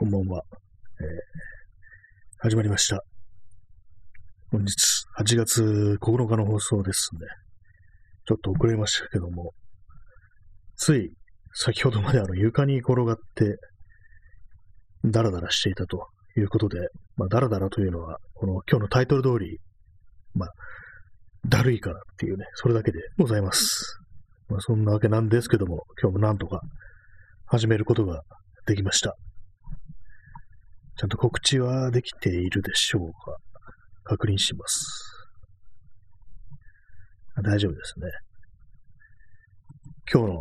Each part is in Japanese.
こんばんは。始まりました。本日、8月9日の放送ですね。ちょっと遅れましたけども、つい先ほどまで床に転がって、ダラダラしていたということで、ダラダラというのは、この今日のタイトル通り、だるいからっていうね、それだけでございます。そんなわけなんですけども、今日もなんとか始めることができました。ちゃんと告知はできているでしょうか。確認します。大丈夫ですね。今日の、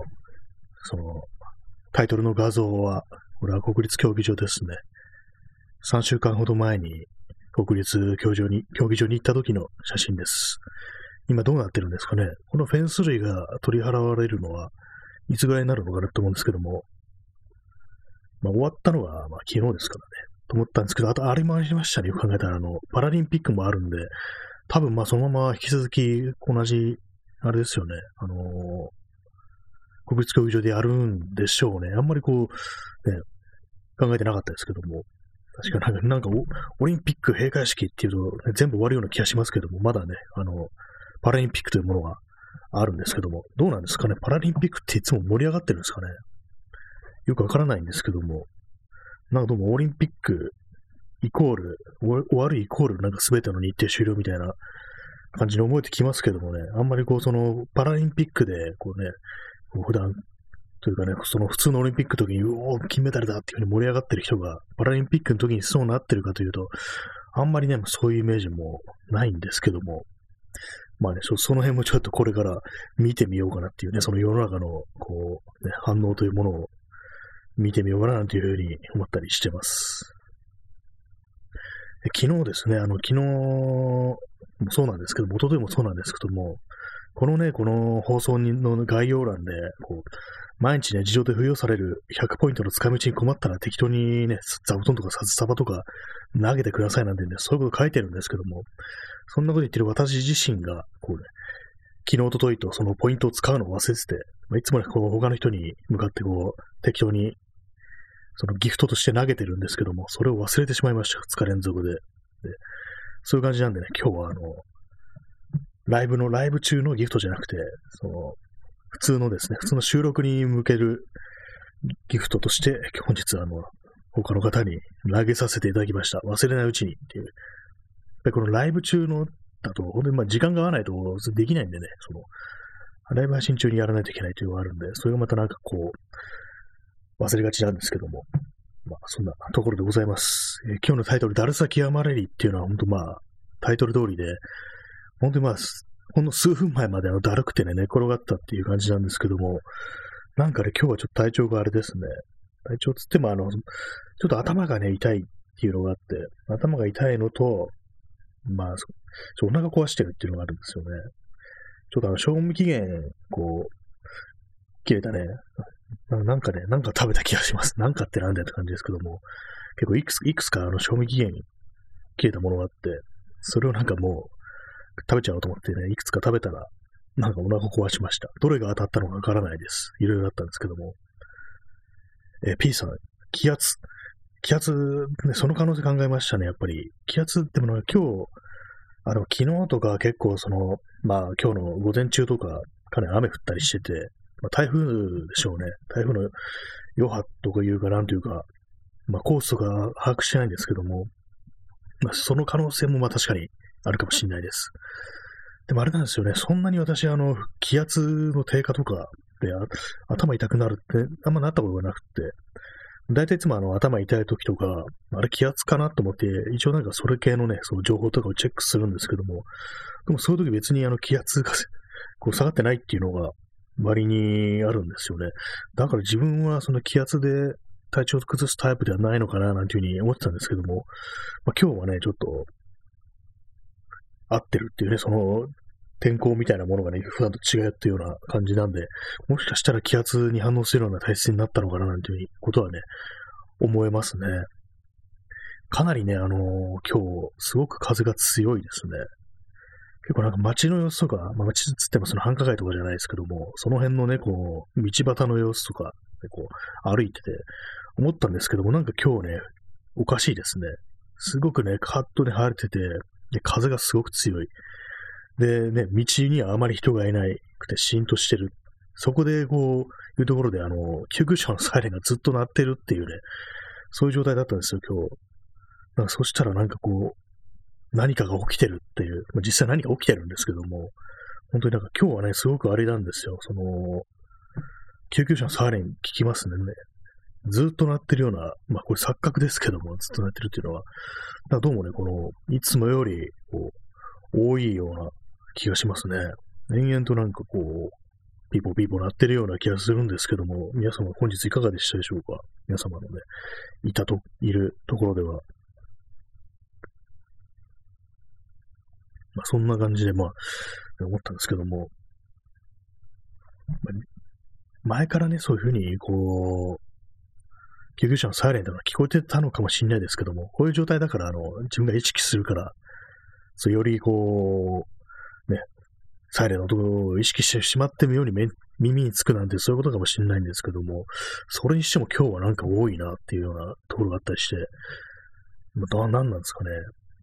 タイトルの画像は、これは国立競技場ですね。3週間ほど前に、国立競技場に行った時の写真です。今どうなってるんですかね。このフェンス類が取り払われるのは、いつぐらいになるのかなと思うんですけども、終わったのは、昨日ですからね。と思ったんですけど、あれもありましたね。よく考えたら、パラリンピックもあるんで、多分そのまま引き続き同じ、あれですよね。国立競技場でやるんでしょうね。あんまりね、考えてなかったですけども。確かなんかオリンピック閉会式っていうと、ね、全部終わるような気がしますけども、まだね、パラリンピックというものがあるんですけども、どうなんですかね。パラリンピックっていつも盛り上がってるんですかね。よくわからないんですけども、なんかどうもオリンピックイコール、終わるイコールなんか全ての日程終了みたいな感じに思えてきますけどもね、あんまりパラリンピックで普段というかね、普通のオリンピックの時に、金メダルだっていう風に盛り上がってる人が、パラリンピックの時にそうなってるかというと、あんまりね、そういうイメージもないんですけども、その辺もちょっとこれから見てみようかなっていうね、その世の中の、反応というものを見てみようかななんていうふうに思ったりしてます。昨日ですね、昨日もそうなんですけども、一昨日もそうなんですけども、この放送の概要欄で、毎日ね、自動で付与される100ポイントの使い道に困ったら適当にね、座布団とか札束とか投げてくださいなんてね、そういうこと書いてるんですけども、そんなこと言ってる私自身が、昨日、一昨日とそのポイントを使うのを忘れてて、いつもね、他の人に向かって適当に、そのギフトとして投げてるんですけども、それを忘れてしまいました、2日連続で。そういう感じなんでね、今日はライブ中のギフトじゃなくて、普通の収録に向けるギフトとして、本日他の方に投げさせていただきました。忘れないうちにっていう。やっぱりこのライブ中のだと、本当に時間が合わないとできないんでね、ライブ配信中にやらないといけないというのがあるんで、それがまた忘れがちなんですけども、そんなところでございます。今日のタイトル、だるさ極まれりっていうのは、本当タイトル通りで、本当にほんの数分前までだるくてね、寝転がったっていう感じなんですけども、なんかね、今日はちょっと体調があれですね。体調つってもちょっと頭がね、痛いっていうのがあって、頭が痛いのと、お腹壊してるっていうのがあるんですよね。ちょっと賞味期限、切れたね、なんか食べた気がします。なんかってなんだよって感じですけども、結構いくつか賞味期限切れたものがあって、それをもう食べちゃおうと思ってね、いくつか食べたら、お腹壊しました。どれが当たったのかわからないです。いろいろあったんですけども。P さん、気圧、ね、その可能性考えましたね、やっぱり。気圧ってものは今日、昨日とか結構今日の午前中とか、かなり雨降ったりしてて、台風でしょうね。台風の余波とかいうか、なんというか、コースとか把握してないんですけども、その可能性も確かにあるかもしれないです。でもあれなんですよね。そんなに私、気圧の低下とかで頭痛くなるってあんまなったことがなくて、だいたいいつも頭痛い時とか、あれ気圧かなと思って、一応それ系のね、その情報とかをチェックするんですけども、でもそういう時別に気圧が下がってないっていうのが割にあるんですよね。だから自分はその気圧で体調を崩すタイプではないのかななんていうふうに思ってたんですけども、今日はね、ちょっと合ってるっていうね、その天候みたいなものがね、普段と違うっていうような感じなんで、もしかしたら気圧に反応するような体質になったのかななんていうことはね、思えますね。かなりね、今日、すごく風が強いですね。結構街の様子とか、街つってもその繁華街とかじゃないですけども、その辺のね、道端の様子とか、歩いてて、 思ったんですけども、なんか今日ね、おかしいですね。すごくね、カッとね、晴れてて、で、風がすごく強い。で、ね、道にはあまり人がいなくて、シーンとしてる。そこで、こう、いうところで、救急車のサイレンがずっと鳴ってるっていうね、そういう状態だったんですよ、今日。なんかそしたらなんかこう、何かが起きてるっていう、まあ、実際何か起きてるんですけども、本当になんか今日はね、すごくあれなんですよ。救急車のサイレン聞きますね。ずっと鳴ってるような、まあこれ錯覚ですけども、ずっと鳴ってるっていうのは、なんかどうもね、いつもより、多いような気がしますね。延々となんかピーポーピーポー鳴ってるような気がするんですけども、皆様本日いかがでしたでしょうか？皆様のね、いるところでは。まあそんな感じで、まあ、思ったんですけども、前からね、そういうふうに、救急車のサイレンとか聞こえてたのかもしれないですけども、こういう状態だから、自分が意識するから、よりね、サイレンの音を意識してしまって妙に耳につくなんてそういうことかもしれないんですけども、それにしても今日はなんか多いなっていうようなところがあったりして、何なんですかね。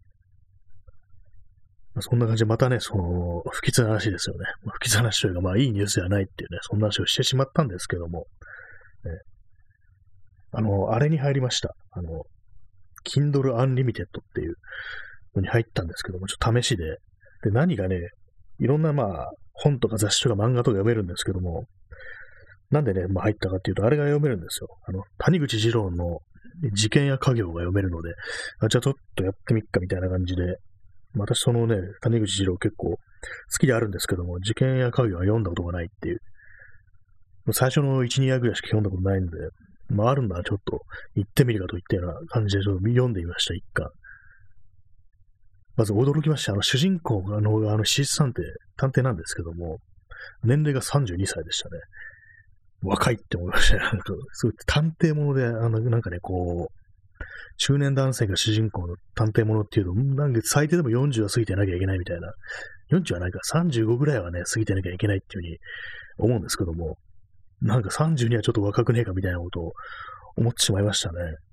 そんな感じでまたね、不吉な話ですよね。不吉な話というか、まあいいニュースではないっていうね、そんな話をしてしまったんですけども、ね、あれに入りました。Kindle Unlimited っていうのに入ったんですけども、ちょっと試しで。で、何がね、いろんなまあ、本とか雑誌とか漫画とか読めるんですけども、なんでね、まあ入ったかっていうと、あれが読めるんですよ。谷口二郎の事件や家業が読めるので、じゃあちょっとやってみっかみたいな感じで、私そのね、谷口二郎結構好きであるんですけども、事件や家業は読んだことがないっていう、最初の1、2話ぐらいしか読んだことないんで、まああるんだらちょっと行ってみるかといったような感じでちょっと読んでみました、一巻。まず驚きました。主人公がシース探偵なんですけども、年齢が32歳でしたね。若いって思いましたね。なんか、そういう探偵もので、なんかね、中年男性が主人公の探偵ものっていうと、なんか最低でも40は過ぎてなきゃいけないみたいな。40はないか、35ぐらいはね、過ぎてなきゃいけないっていうふうに思うんですけども、なんか30にはちょっと若くねえかみたいなことを思ってしまいましたね。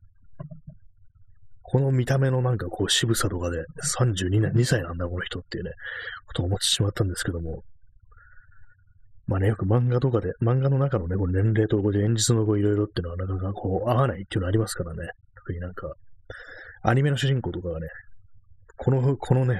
この見た目のなんか渋さとかで32歳なんだこの人っていうね、ことを思ってしまったんですけども。まあね、よく漫画とかで、漫画の中のね、年齢と現実のいろいろっていうのはなかなか合わないっていうのありますからね。特になんか、アニメの主人公とかがね、このね、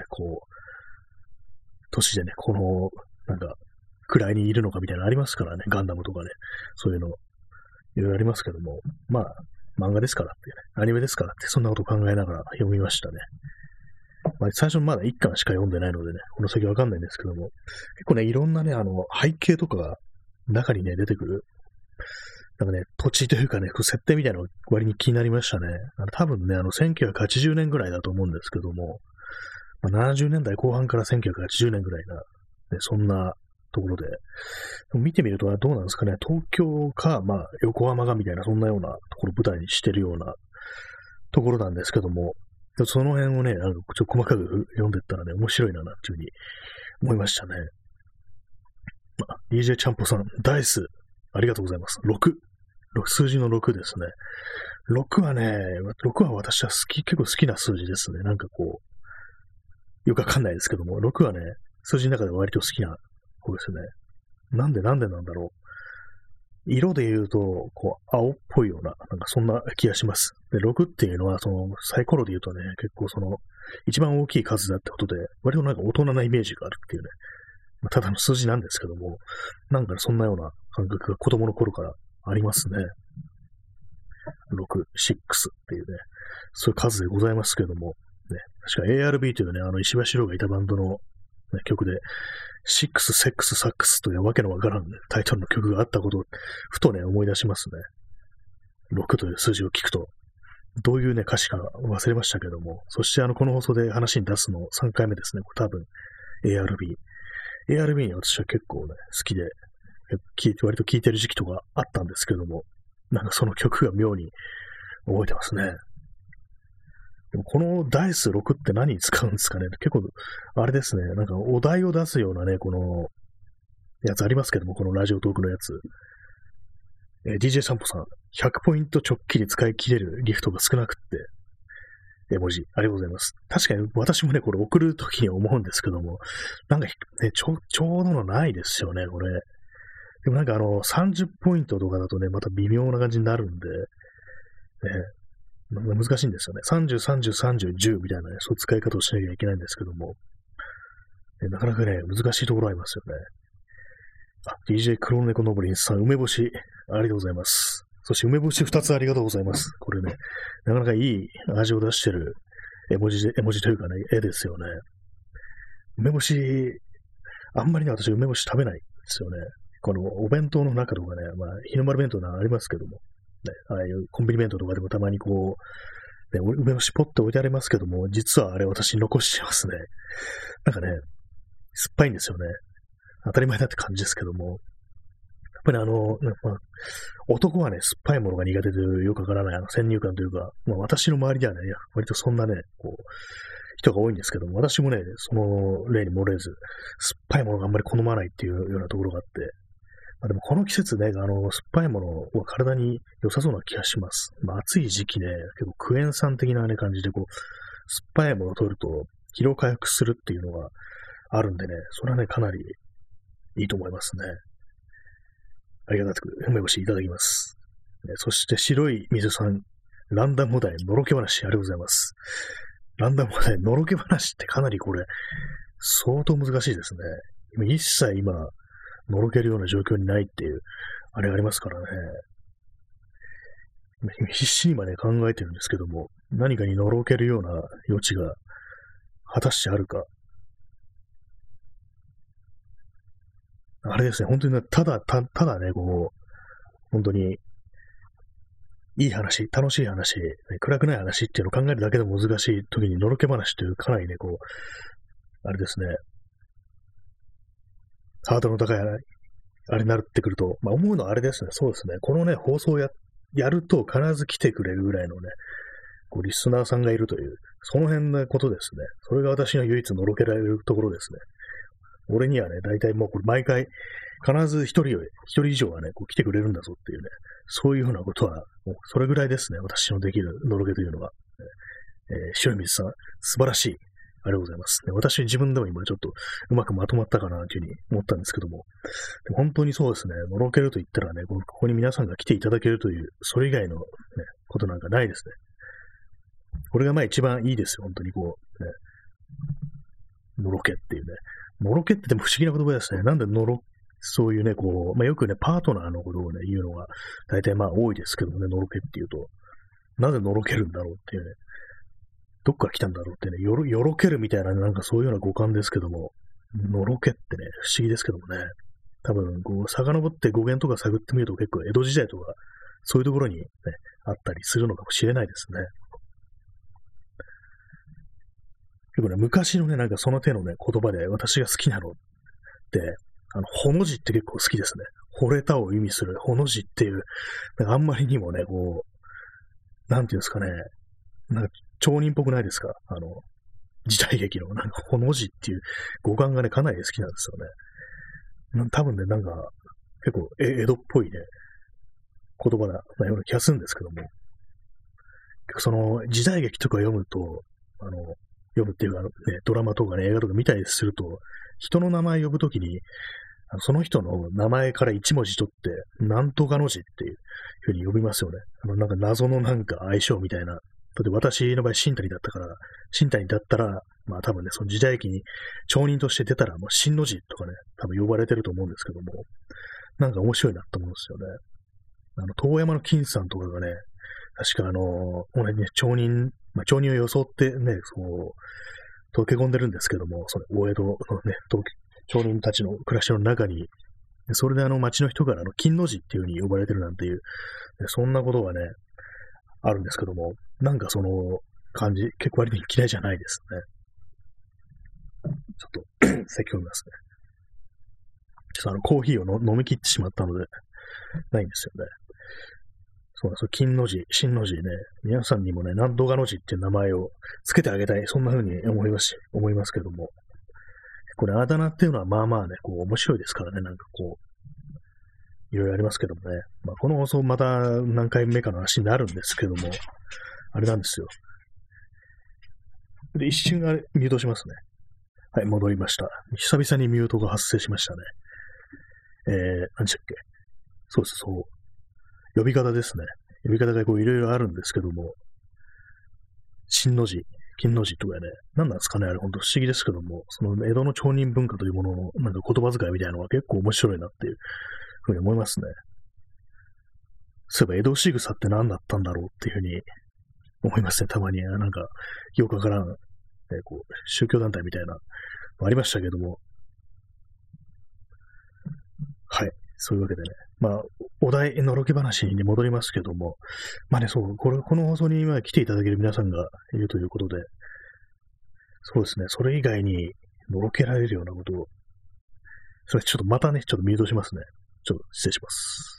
年でね、なんか、位にいるのかみたいなのありますからね、ガンダムとかね、そういうの、いろいろありますけども、まあ、漫画ですからってね、アニメですからって、そんなこと考えながら読みましたね。まあ、最初まだ一巻しか読んでないのでね、この先わかんないんですけども、結構ね、いろんなね、背景とかが中にね、出てくる、なんかね、土地というかね、設定みたいなの割に気になりましたね。多分ね、1980年ぐらいだと思うんですけども、まあ、70年代後半から1980年ぐらいな、ね、そんなところで、見てみるとどうなんですかね、東京か、まあ、横浜がみたいな、そんなようなところを舞台にしてるようなところなんですけども、その辺をね、ちょっと細かく読んでったらね、面白いな、っていうふうに思いましたね。まあ、DJ ちゃんぽさん、ダイス、ありがとうございます。6。数字の6ですね。6はね、6は私は結構好きな数字ですね。なんかよくわかんないですけども、6はね、数字の中では割と好きな方ですね。なんでなんだろう。色で言うと、青っぽいような、なんかそんな気がします。で、6っていうのは、サイコロで言うとね、結構一番大きい数だってことで、割となんか大人なイメージがあるっていうね、まあ、ただの数字なんですけども、なんかそんなような感覚が子供の頃からありますね。6、6っていうね、そういう数でございますけども、ね、確か ARB というね、石橋亮がいたバンドの、ね、曲で、6、セックス、サックスというわけのわからん、ね、タイトルの曲があったことを、ふとね、思い出しますね。6という数字を聞くと、どういうね、歌詞か忘れましたけども、そしてこの放送で話に出すの3回目ですね。これ多分 ARB に私は結構ね、好きで、割と聴いてる時期とかあったんですけども、なんかその曲が妙に覚えてますね。でもこのダイス6って何に使うんですかね。結構、あれですね、なんかお題を出すようなね、やつありますけども、このラジオトークのやつ。 DJ 散歩さん、100ポイント直帰で使い切れるギフトが少なくって、絵文字、ありがとうございます。確かに私もね、これ送るときに思うんですけども、なんかね、ちょうどのないですよね、これ。でもなんか30ポイントとかだとね、また微妙な感じになるんで、難しいんですよね。30、30、30、10みたいなね、そういう使い方をしなきゃいけないんですけども、なかなかね、難しいところありますよね。DJ 黒猫のぼりんさん、梅干し、ありがとうございます。そして梅干し2つありがとうございます。これね、なかなかいい味を出してる絵文字というかね、絵ですよね。梅干し、あんまりね、私梅干し食べないんですよね。このお弁当の中とかね、日の丸弁当ありますけども、ね、ああいうコンビニ弁当とかでもたまにこう、ね、梅干しポッと置いてありますけども、実はあれ私残してますね。なんかね、酸っぱいんですよね。当たり前だって感じですけども、やっぱり男はね、酸っぱいものが苦手というよくわからない先入観というか、私の周りではね、割とそんなね、こう、人が多いんですけども、私もね、その例に漏れず、酸っぱいものがあんまり好まないっていうようなところがあって、でもこの季節ね、酸っぱいものは体に良さそうな気がします。暑い時期ね、結構クエン酸的なね、感じでこう、酸っぱいものを取ると疲労回復するっていうのがあるんでね、それはね、かなりいいと思いますね。ありがたく梅干しいただきます。そして白い水さん、ランダムお題、のろけ話、ありがとうございます。ランダムお題、のろけ話ってかなりこれ、相当難しいですね。一切今、のろけるような状況にないっていう、あれありますからね。必死に今ね、考えてるんですけども、何かにのろけるような余地が果たしてあるか。あれですね、本当にね、ただね、こう、本当に、いい話、楽しい話、ね、暗くない話っていうのを考えるだけでも難しい時にのろけ話というかなりね、こう、あれですね、ハードルの高い、あれになってくると、思うのはあれですね、そうですね、このね、放送をやると必ず来てくれるぐらいのね、こう、リスナーさんがいるという、その辺のことですね。それが私の唯一のろけられるところですね。俺にはね、大体もうこれ毎回、必ず一人以上はね、こう来てくれるんだぞっていうね、そういうふうなことは、もうそれぐらいですね、私のできるのろけというのは。白水さん、素晴らしい。ありがとうございます。私自分でも今ちょっとうまくまとまったかなというふうに思ったんですけども、本当にそうですね、のろけると言ったらね、ここに皆さんが来ていただけるという、それ以外の、ね、ことなんかないですね。これが一番いいですよ、本当にこう、ね、のろけっていうね。のろけってでも不思議な言葉ですね。なんでそういうね、こう、よくね、パートナーのことをね、言うのが、大体多いですけどもね、のろけっていうと、なぜのろけるんだろうっていうね、どっから来たんだろうってね、よろけるみたいな、なんかそういうような語感ですけども、のろけってね、不思議ですけどもね、多分、こう、遡って語源とか探ってみると結構江戸時代とか、そういうところにね、あったりするのかもしれないですね。結構ね、昔のね、なんかその手のね、言葉で私が好きなのって、ほの字って結構好きですね。惚れたを意味するほの字っていう、なんかあんまりにもね、こう、なんていうんですかね、なんか町人っぽくないですか？時代劇の、なんかほの字っていう語感がね、かなり好きなんですよね。多分ね、なんか、結構江戸っぽいね、言葉なような気がするんですけども、その時代劇とか読むと、読むっていうか、ね、ドラマとかね、映画とか見たりすると、人の名前呼ぶときに、その人の名前から一文字取って、なんとかの字っていうふうに呼びますよね。なんか謎のなんか相性みたいな。だって私の場合、新谷だったから、新谷だったら、多分ね、その時代劇に町人として出たら、もう新の字とかね、多分呼ばれてると思うんですけども、なんか面白いなと思うんですよね。遠山の金さんとかがね、確か同じね、町人を装ってね、溶け込んでるんですけども、その大江戸のね、町人たちの暮らしの中に、それで町の人から金の字っていう風に呼ばれてるなんていう、そんなことがね、あるんですけども、なんかその感じ、結構割と嫌いじゃないですね。ちょっと、咳込みますね。ちょっとコーヒーを飲み切ってしまったので、ないんですよね。そうなんですよ。金の字、真の字ね、皆さんにもね、なんとかの字っていう名前をつけてあげたい、そんな風に思いますけども、これ、あだ名っていうのはまあまあね、こう、面白いですからね、なんかこう、 いろいろありますけどもね。まあ、この放送また何回目かの話になるんですけども、あれなんですよ。で、一瞬ミュートしますね。はい、戻りました。久々にミュートが発生しましたね。何でしたっけ。そうです、そう。呼び方ですね。呼び方がこういろいろあるんですけども、真の字、金の字とかね、何なんですかね、あれ本当不思議ですけども、その江戸の町人文化というもののなんか言葉遣いみたいなのが結構面白いなっていうふうに思いますね。そういえば江戸仕草って何だったんだろうっていうふうに思いますね、たまに。なんか、よくわからん、こう、宗教団体みたいな、ありましたけども。はい。そういうわけでね。まあ、お題のろけ話に戻りますけども、まあね、そう、この放送に今来ていただける皆さんがいるということで、そうですね、それ以外にのろけられるようなことを、それちょっとまたね、ちょっとミュートしますね。ちょっと失礼します。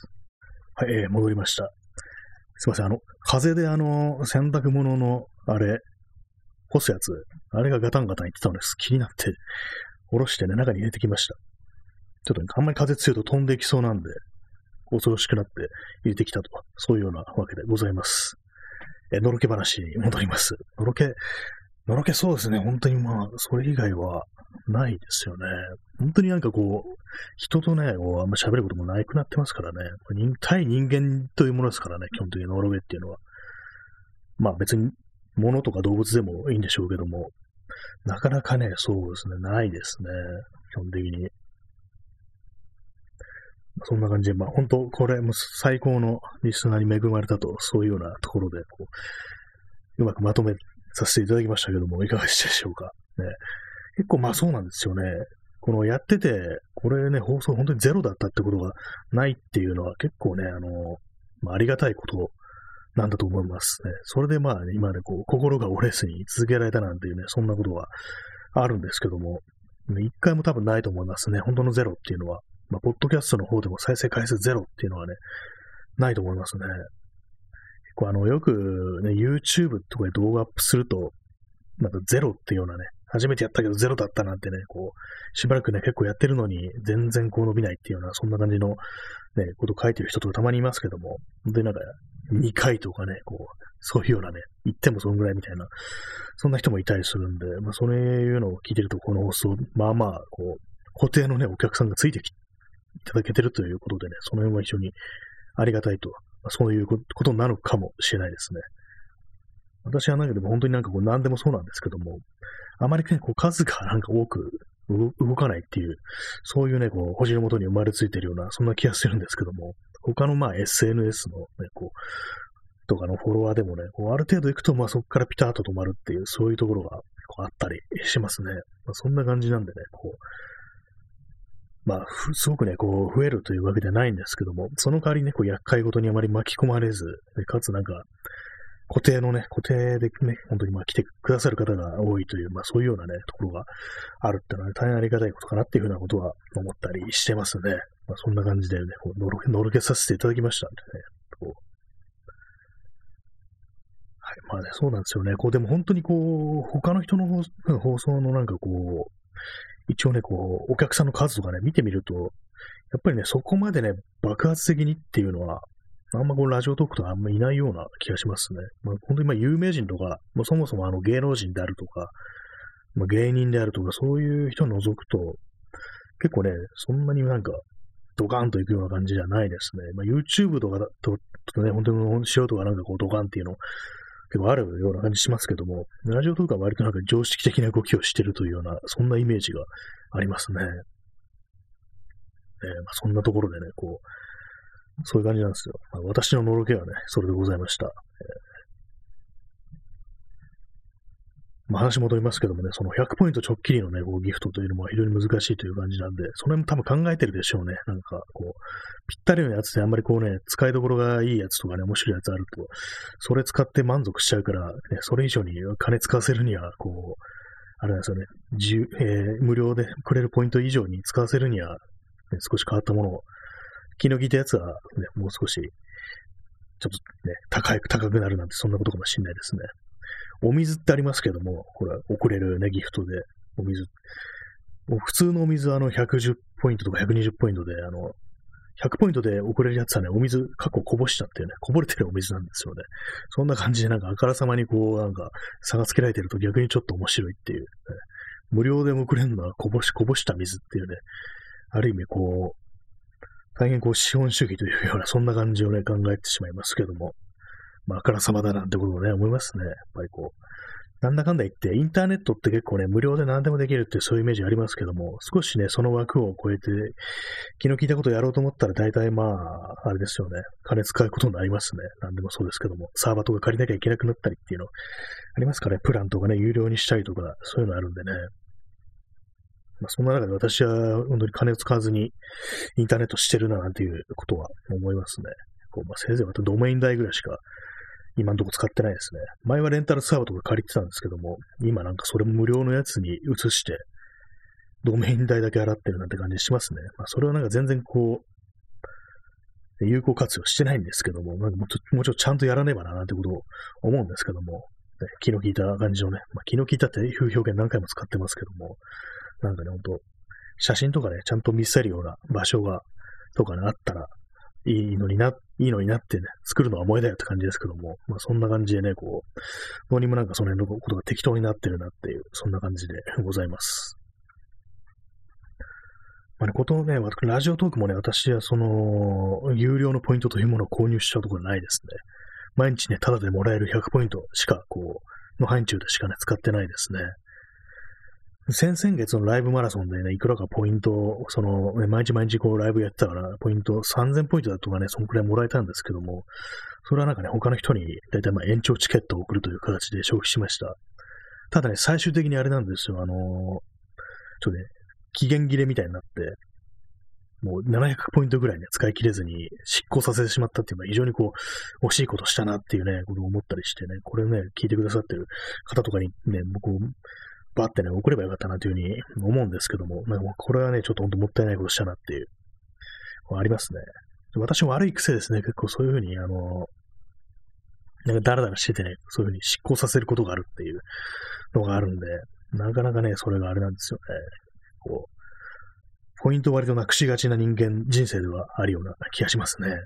はい、戻りました。すいません、風で洗濯物の、干すやつ、あれがガタンガタン言ってたのです。気になって、下ろしてね、中に入れてきました。ちょっとね、あんまり風強いと飛んでいきそうなんで、恐ろしくなって入れてきたと。そういうようなわけでございます。のろけ話に戻ります。のろけそうですね。本当にまあ、それ以外はないですよね。本当になんかこう、人とね、こうあんま喋ることもなくなってますからね。対人間というものですからね、基本的にのろけっていうのは。まあ別に物とか動物でもいいんでしょうけども、なかなかね、そうですね、ないですね。基本的に。そんな感じで、まあ本当、これも最高のリスナーに恵まれたと、そういうようなところで、こう、うまくまとめさせていただきましたけども、いかがでしたでしょうか。ね、結構まあそうなんですよね。このやってて、これね、放送本当にゼロだったってことがないっていうのは結構ね、まあ、ありがたいことなんだと思いますね。それでまあ、ね、今ね、こう、心が折れずに続けられたなんていうね、そんなことがあるんですけども、一回も多分ないと思いますね。本当のゼロっていうのは。まあ、ポッドキャストの方でも再生回数ゼロっていうのはね、ないと思いますね。結構よくね、YouTube とかで動画アップすると、なんかゼロっていうようなね、初めてやったけどゼロだったなんてね、こう、しばらくね、結構やってるのに全然こう伸びないっていうような、そんな感じのね、ことを書いてる人とかたまにいますけども、本当になんか2回とかね、こう、そういうようなね、言ってもそんぐらいみたいな、そんな人もいたりするんで、まあそういうのを聞いてると、この放送、まあまあ、こう、固定のね、お客さんがついていただけてるということでね、その辺は非常にありがたいと、まあ、そういうことなのかもしれないですね。私はなんかでも本当になんかこう何でもそうなんですけども、あまりね、こう数がなんか多く動かないっていう、そういうね、こう星の元に生まれついてるような、そんな気がするんですけども、他のまあ SNS のね、こう、とかのフォロワーでもね、こうある程度行くとまあそこからピタッと止まるっていう、そういうところがこうあったりしますね。まあ、そんな感じなんでね、こう、まあ、すごくね、こう、増えるというわけではないんですけども、その代わりね、こう、厄介ごとにあまり巻き込まれず、かつなんか、固定でね、本当にまあ来てくださる方が多いという、まあそういうようなね、ところがあるってのは、ね、大変ありがたいことかなっていうふうなことは思ったりしてますね。まあそんな感じでね、こうのろけさせていただきましたんでね。こうはい、まあね、そうなんですよね。こう、でも本当にこう、他の人の放送のなんかこう、一応ね、こう、お客さんの数とかね、見てみると、やっぱりね、そこまでね、爆発的にっていうのは、あんまこうラジオトークとかあんまいないような気がしますね。まあ、本当にまあ有名人とか、まあ、そもそも芸能人であるとか、まあ、芸人であるとか、そういう人を除くと、結構ね、そんなになんか、ドカンといくような感じじゃないですね。まあ、YouTube とかだとね、本当に素人がなんかこうドカンっていうの結構あるような感じしますけども、ラジオトークは割となんか常識的な動きをしてるというような、そんなイメージがありますね。まあ、そんなところでね、こう、そういう感じなんですよ。まあ、私ののろけはね、それでございました。まあ、話戻りますけどもね、その100ポイント直近のね、こうギフトというのも非常に難しいという感じなんで、その辺も多分考えてるでしょうね。なんか、こう、ぴったりのやつであんまりこうね、使いどころがいいやつとかね、面白いやつあると、それ使って満足しちゃうから、ね、それ以上に金使わせるには、こう、あれなんですよね、無料でくれるポイント以上に使わせるには、ね、少し変わったものを、気の利いたやつは、ね、もう少し、ちょっとね、高くなるなんてそんなことかもしれないですね。お水ってありますけども、これ、送れるね、ギフトで、お水。普通のお水は110ポイントとか120ポイントで、 100ポイントで送れるやつはね、お水、過去こぼしちゃってね、こぼれてるお水なんですよね。そんな感じでなんかあからさまにこう、なんか差がつけられてると逆にちょっと面白いっていう、ね。無料で送れるのはこぼした水っていうね、ある意味こう、大変こう資本主義というような、そんな感じをね、考えてしまいますけども、まあ、あからさまだなんてことをね、思いますね。やっぱりこう、なんだかんだ言って、インターネットって結構ね、無料で何でもできるってそういうイメージありますけども、少しね、その枠を超えて、気の利いたことをやろうと思ったら、大体まあ、あれですよね、金使うことになりますね。何でもそうですけども、サーバーとか借りなきゃいけなくなったりっていうの、ありますからね、プランとかね、有料にしたりとか、そういうのあるんでね。まあ、そんな中で私は本当に金を使わずにインターネットしてるななんていうことは思いますね。こうまあ、せいぜいまたドメイン代ぐらいしか今のところ使ってないですね。前はレンタルサーバーとか借りてたんですけども、今なんかそれも無料のやつに移して、ドメイン代だけ払ってるなんて感じしますね。まあ、それはなんか全然こう、有効活用してないんですけども、なんかもうちょっとちゃんとやらねばななんてことを思うんですけども、ね、気の利いた感じのね、まあ、気の利いたっていう表現何回も使ってますけども、なんかね、ほんと、写真とかね、ちゃんと見せるような場所が、とかね、あったら、いいのになってね、作るのは萌えだよって感じですけども、まあそんな感じでね、こう、どうにもなんかその辺のことが適当になってるなっていう、そんな感じでございます。まあね、ことね、ラジオトークもね、私はその、有料のポイントというものを購入しちゃうところないですね。毎日ね、タダでもらえる100ポイントしか、こう、の範疇でしかね、使ってないですね。先々月のライブマラソンでね、いくらかポイントを、その、ね、毎日こうライブやってたから、ポイント3000ポイントだとかね、そのくらいもらえたんですけども、それはなんかね、他の人に、だいたいまあ延長チケットを送るという形で消費しました。ただね、最終的にあれなんですよ、ちょっとね、期限切れみたいになって、もう700ポイントぐらいね、使い切れずに執行させてしまったっていうのは非常にこう、惜しいことしたなっていうね、ことを思ったりしてね、これね、聞いてくださってる方とかにね、僕バーってね、送ればよかったなというふうに思うんですけども、なんかもうこれはね、ちょっと本当もったいないことしたなっていう、ありますね。私も悪い癖ですね、結構そういうふうに、なんかダラダラしててね、そういうふうに執行させることがあるっていうのがあるんで、なかなかね、それがあれなんですよね。こう、ポイント割となくしがちな人生ではあるような気がしますね。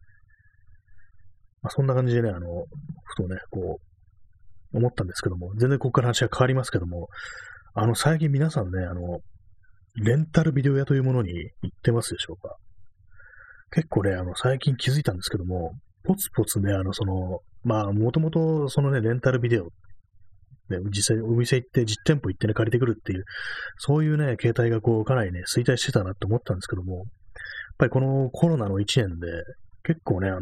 まあ、そんな感じでね、ふとね、こう、思ったんですけども、全然ここから話が変わりますけども、最近皆さんね、レンタルビデオ屋というものに行ってますでしょうか？結構ね、最近気づいたんですけども、ポツポツね、まあ、もともとそのね、レンタルビデオ、ね、実際お店行って実店舗行ってね、借りてくるっていう、そういうね、形態がこう、かなりね、衰退してたなって思ったんですけども、やっぱりこのコロナの1年で、結構ね、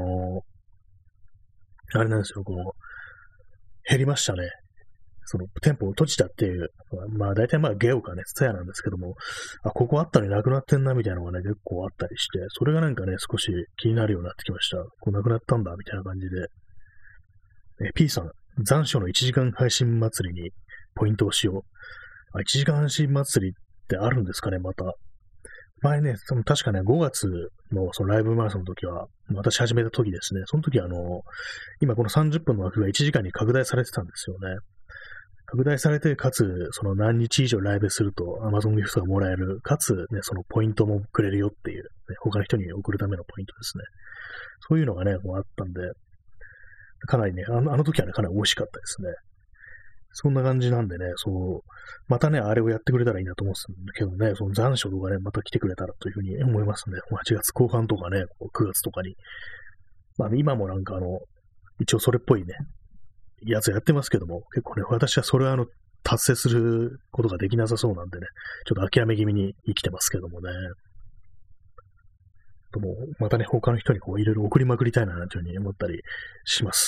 あれなんですよ、こう、減りましたね。その店舗を閉じたっていう、まあ大体まあゲオかね、ツタヤなんですけども、あ、ここあったのになくなってんなみたいなのがね、結構あったりして、それがなんかね、少し気になるようになってきました。こうなくなったんだ、みたいな感じで。P さん、残暑の1時間配信祭りにポイントをしよう。あ、1時間配信祭りってあるんですかね、また。前ね、確かね、5月のそのライブマラソンの時は、私始めた時ですね、その時今この30分の枠が1時間に拡大されてたんですよね。拡大されて、かつ、その何日以上ライブすると Amazon ギフトがもらえる、かつ、ね、そのポイントもくれるよっていう、ね、他の人に送るためのポイントですね。そういうのがね、もうあったんで、かなりね、あの時はね、かなり美味しかったですね。そんな感じなんでね、そう、またね、あれをやってくれたらいいなと思うんですけどね、その残暑とかね、また来てくれたらというふうに思いますね。8月後半とかね、9月とかに。まあ今もなんか一応それっぽいね、やつやってますけども、結構ね、私はそれは達成することができなさそうなんでね、ちょっと諦め気味に生きてますけどもね。とも、またね、他の人にこう、いろいろ送りまくりたいな、なんていうふうに思ったりします。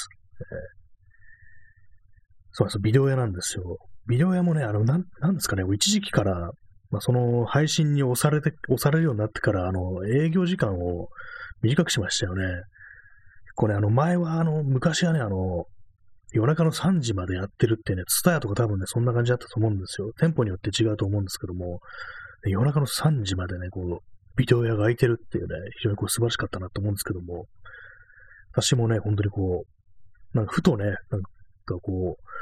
そうなんです、ビデオ屋なんですよ。ビデオ屋もね、なんですかね、一時期から、まあ、その配信に押されるようになってから、営業時間を短くしましたよね。これ前は昔はね、夜中の3時までやってるってね、ツタヤとか多分ね、そんな感じだったと思うんですよ。店舗によって違うと思うんですけども、夜中の3時までね、こう、ビデオ屋が開いてるっていうね、非常にこう素晴らしかったなと思うんですけども、私もね、本当にこう、なんかふとね、なんかこう、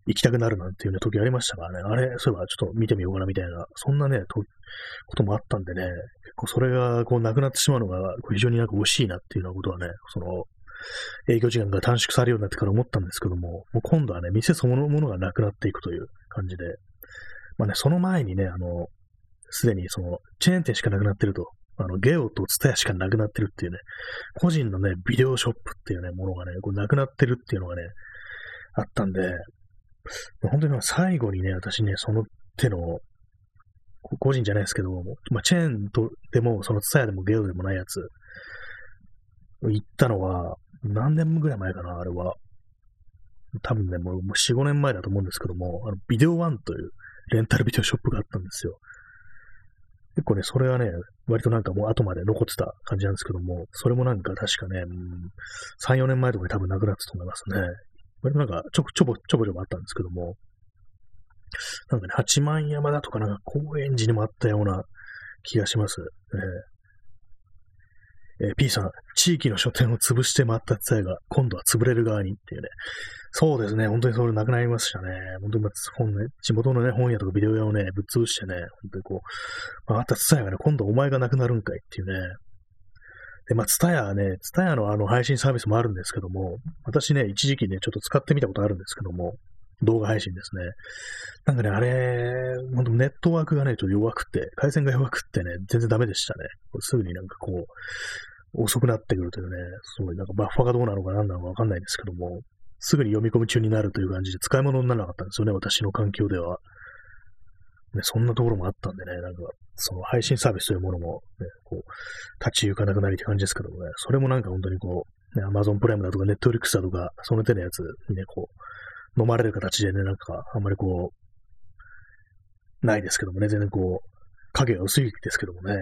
行きたくなるなんていうね、時ありましたからね。あれ、そういえばちょっと見てみようかなみたいな、そんなね、こともあったんでね、結構それがこうなくなってしまうのが非常になんか惜しいなっていうようなことはね、その営業時間が短縮されるようになってから思ったんですけども、もう今度はね、店そのものがなくなっていくという感じで、まあね、その前にね、すでにそのチェーン店しかなくなってると、ゲオとツタヤしかなくなってるっていうね、個人のね、ビデオショップっていうね、ものがね、こうなくなってるっていうのがね、あったんで、本当に最後にね、私ね、その手の、個人じゃないですけど、まあ、チェーンとでも、そのツタヤでもゲオでもないやつ、行ったのは、何年ぐらい前かな、あれは。多分ね、もう4、5年前だと思うんですけども、ビデオワンというレンタルビデオショップがあったんですよ。結構ね、それはね、割となんかもう後まで残ってた感じなんですけども、それもなんか確かね、3、4年前とかに多分なくなったと思いますね。割となんかちょぼちょぼあったんですけども、なんかね、八幡山だとかなんか高円寺にもあったような気がします。P さん、地域の書店を潰して回ったツタヤが今度は潰れる側にっていうね。そうですね、本当にそれなくなりましたね。本当に地元のね、本屋とかビデオ屋をね、ぶっ潰してね、本当にこう、回ったツタヤがね、今度お前がなくなるんかいっていうね。で、まあ、ツタヤの配信サービスもあるんですけども、私ね、一時期ね、ちょっと使ってみたことあるんですけども、動画配信ですね。なんかね、あれ、本当ネットワークがね、ちょっと弱くて、回線が弱くってね、全然ダメでしたね。すぐになんかこう、遅くなってくるというね、すごいなんかバッファーがどうなのか何なのかわかんないですけども、すぐに読み込み中になるという感じで使い物にならなかったんですよね、私の環境では。ね、そんなところもあったんでね、なんか、その配信サービスというものも、ね、こう、立ち行かなくなりって感じですけどもね、それもなんか本当にこう、ね、Amazon プライムだとか Netflix だとか、その手のやつにね、こう、飲まれる形でね、なんか、あんまりこう、ないですけどもね、全然こう、影が薄いですけどもね。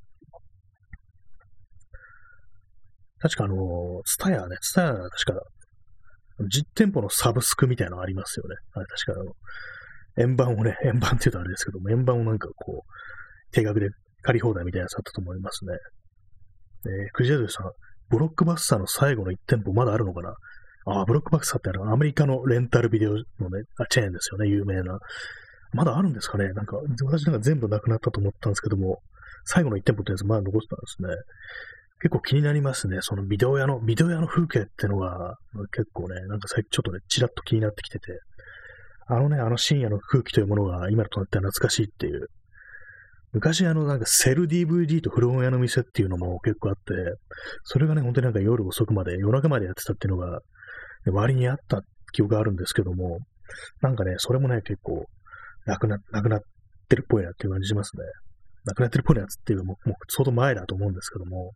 確かツタヤ確か、実店舗のサブスクみたいなのがありますよね。あれ確か円盤って言うとあれですけども、円盤をなんかこう、定額で借り放題みたいなやつあったと思いますね。クジラドゥさん、ブロックバスターの最後の1店舗まだあるのかな。ブロックバスターってアメリカのレンタルビデオのね、チェーンですよね、有名な。まだあるんですかね。なんか、私なんか全部なくなったと思ったんですけども、最後の1店舗ってやつまだ残ってたんですね。結構気になりますね。そのビデオ屋の風景ってのが、結構ね、なんか最近ちょっとね、ちらっと気になってきてて、あの深夜の空気というものが今となっては懐かしいっていう。昔なんかセル DVD と古本屋の店っていうのも結構あって、それがね、本当になんか夜遅くまで、夜中までやってたっていうのが、割にあった記憶があるんですけども、なんかね、それもね、結構、なくなってるっぽいなっていう感じしますね。なくなってるっぽいやつっていうのも、もう相当前だと思うんですけども、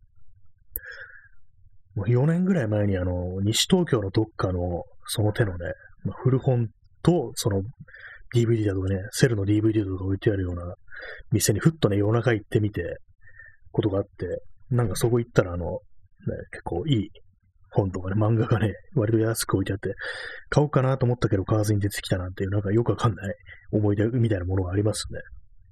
もう4年ぐらい前に西東京のどっかのその手のね、古本とその DVD だとかね、セルの DVD とか置いてあるような店にふっとね、夜中行ってみて、ことがあって、なんかそこ行ったら結構いい本とかね、漫画がね、割と安く置いてあって、買おうかなと思ったけど買わずに出てきたなんていう、なんかよくわかんない思い出みたいなものがありますね。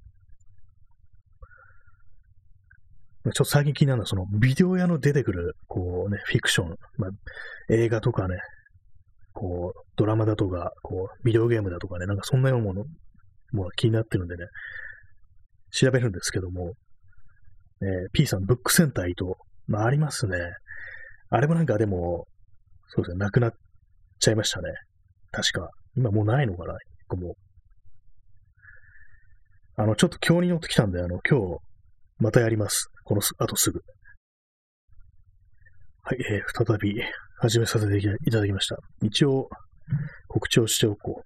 ちょっと最近気になるのは、そのビデオ屋の出てくる、こうね、フィクション、映画とかね、こう、ドラマだとか、こう、ビデオゲームだとかね、なんかそんなようなものも気になってるんでね、調べるんですけども、P さん、ブックセンター伊藤、ありますね。あれもなんかでも、そうですね、なくなっちゃいましたね。確か。今もうないのかな、もう。ちょっと今日に乗ってきたんで、今日、またやります。この後すぐ。はい、再び始めさせていただきました。一応、告知をしておこう。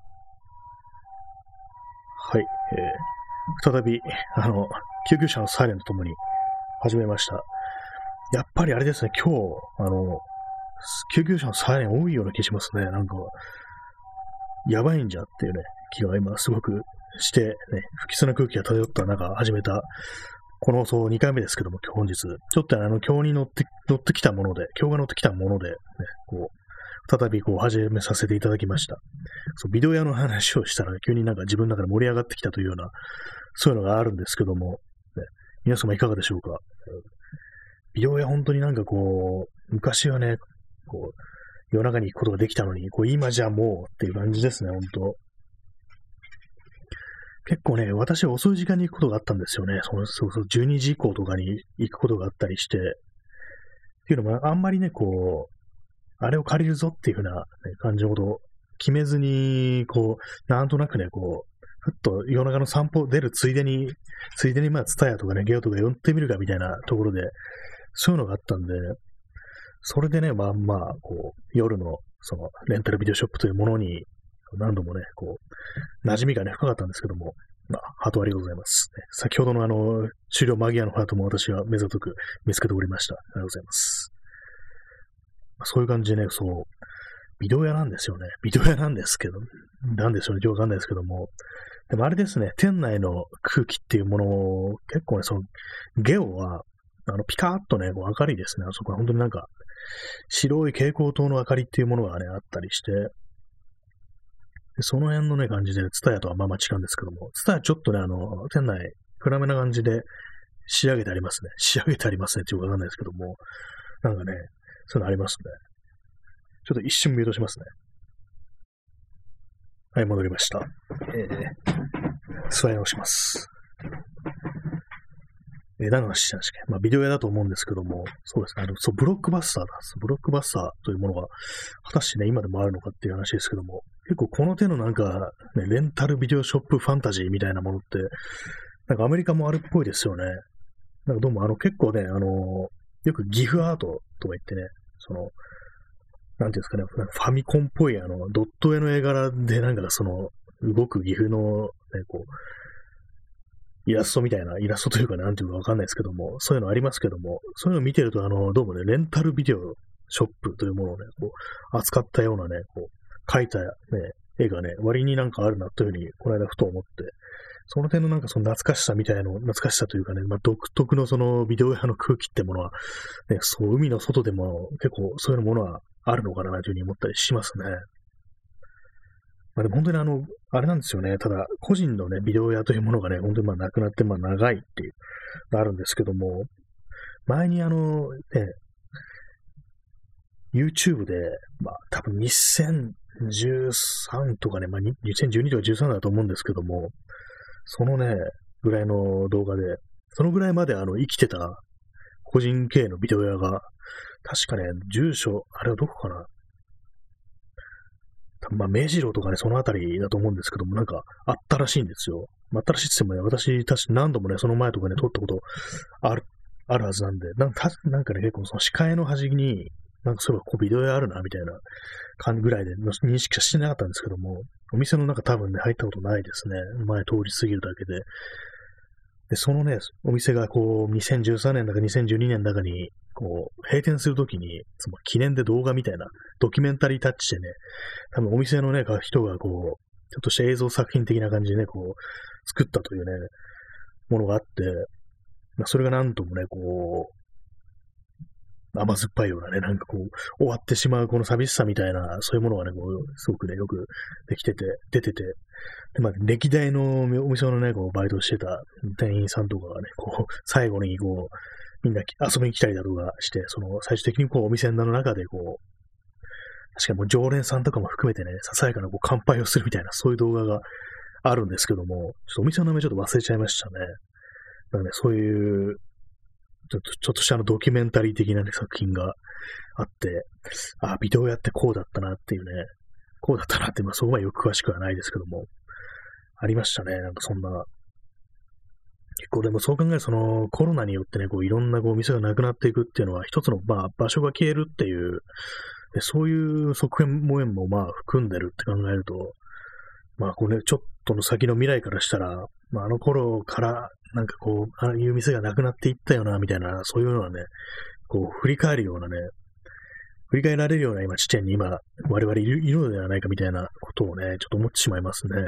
はい、再び、救急車のサイレンとともに始めました。やっぱりあれですね、今日、救急車のサイレン多いような気しますね。なんか、やばいんじゃっていうね、気が今すごくして、ね、不吉な空気が漂った中始めた、この放送2回目ですけども、本日。ちょっと今日に乗ってきたもので、今日が乗ってきたもので、ね、こう、再びこう始めさせていただきました。そう、ビデオ屋の話をしたら、急になんか自分の中で盛り上がってきたというような、そういうのがあるんですけども、ね、皆様いかがでしょうか。ビデオ屋本当になんかこう、昔はね、こう、 夜中に行くことができたのに、こう今じゃもうっていう感じですね、ほんと。結構ね、私は遅い時間に行くことがあったんですよね。そう、12時以降とかに行くことがあったりして、っていうのも、あんまりね、こう、あれを借りるぞっていう風な、ね、感じのことを決めずに、こう、なんとなくね、こう、ふっと夜中の散歩出るついでにまあ、ツタヤとかね、ゲオとか寄ってみるかみたいなところで、そういうのがあったんで、それでね、まあまあ、こう、夜の、その、レンタルビデオショップというものに、何度もね、こう、馴染みがね、深かったんですけども、まあ、ハートありがとうございます。ね、先ほどの終了間際のハートも私は目ざとく見つけておりました。ありがとうございます。まあ、そういう感じでね、そう、ビデオ屋なんですよね。ビデオ屋なんですけど、なんでしょうね、よくわかんないですけども、でもあれですね、店内の空気っていうものを、結構ね、その、ゲオは、ピカーッとね、こう明るいですね。あそこは本当になんか、白い蛍光灯の明かりっていうものがね、あったりして、でその辺のね、感じで、ツタヤとはまあまあ違うんですけども、ツタヤちょっとね、店内、暗めな感じで仕上げてありますね。仕上げてありますねってよくわかんないですけども、なんかね、そういうのありますね。ちょっと一瞬ミュートしますね。はい、戻りました。座り直します。何の話したんですか？まあ、ビデオ屋だと思うんですけども、そうですね。そう、ブロックバスターだ。ブロックバスターというものが、果たしてね、今でもあるのかっていう話ですけども、結構この手のなんか、ね、レンタルビデオショップファンタジーみたいなものって、なんかアメリカもあるっぽいですよね。なんかどうも結構ね、よくギフアートとか言ってね、その、なんていうんですかね、ファミコンっぽいドット絵の絵柄でなんか動くギフのね、こう、イラストみたいな、イラストというかなんていうかわかんないですけども、そういうのありますけども、そういうのを見てると、どうもね、レンタルビデオショップというものをね、こう、扱ったようなね、こう、描いたね、絵がね、割になんかあるなというふうに、この間ふと思って、その点のなんかその懐かしさみたいな、懐かしさというかね、まあ、独特のそのビデオ屋の空気ってものは、ね、そう、海の外でも結構そういうものはあるのかなというふうに思ったりしますね。まあでも本当にあれなんですよね。ただ、個人のね、ビデオ屋というものがね、本当にまあなくなって、まあ長いっていうのがあるんですけども、前にYouTube で、まあ多分2013とかね、まあ2012とか13だと思うんですけども、そのね、ぐらいの動画で、そのぐらいまで生きてた個人経営のビデオ屋が、確かね、住所、あれはどこかな、まあ、目白とかね、そのあたりだと思うんですけども、なんか、あったらしいんですよ。まあ、あったらしいって言ってもね、私、確か何度もね、その前とかね、撮ったことあるはずなんで、なんかね、結構その視界の端に、なんかそういえばこうビデオ屋あるな、みたいな感じぐらいで認識はしてなかったんですけども、お店の中多分ね、入ったことないですね。前通り過ぎるだけで。で、そのね、お店がこう、2013年だか2012年だかに、こう、閉店するときに、その記念で動画みたいな、ドキュメンタリータッチでね、多分お店のね、人がこう、ちょっとした映像作品的な感じでね、こう、作ったというね、ものがあって、まあ、それがなんともね、こう、甘酸っぱいようなね、なんかこう、終わってしまうこの寂しさみたいな、そういうものがね、こう、すごくね、よくできてて、出てて、で、まあ、歴代のお店のね、こう、バイトしてた店員さんとかがね、こう、最後にこう、みんな遊びに来たりだとかして、その、最終的にこう、お店の中でこう、確かにもう常連さんとかも含めてね、ささやかなこう乾杯をするみたいな、そういう動画があるんですけども、ちょっとお店の名前ちょっと忘れちゃいましたね。だからね、そういう、ちょっとしたドキュメンタリー的な、ね、作品があって、あ、ビデオやってこうだったなっていうね、こうだったなって、まあそこまでよく詳しくはないですけども、ありましたね、なんかそんな。結構でもそう考えると、そのコロナによってね、こういろんなこう店がなくなっていくっていうのは、一つのまあ場所が消えるっていう、でそういう側面もまあ含んでるって考えると、まあこれ、ね、ちょっとの先の未来からしたら、まああの頃からなんかこう、ああいう店がなくなっていったよな、みたいな、そういうのはね、こう振り返るようなね、振り返られるような今地点に今、我々いるのではないかみたいなことをね、ちょっと思ってしまいますね。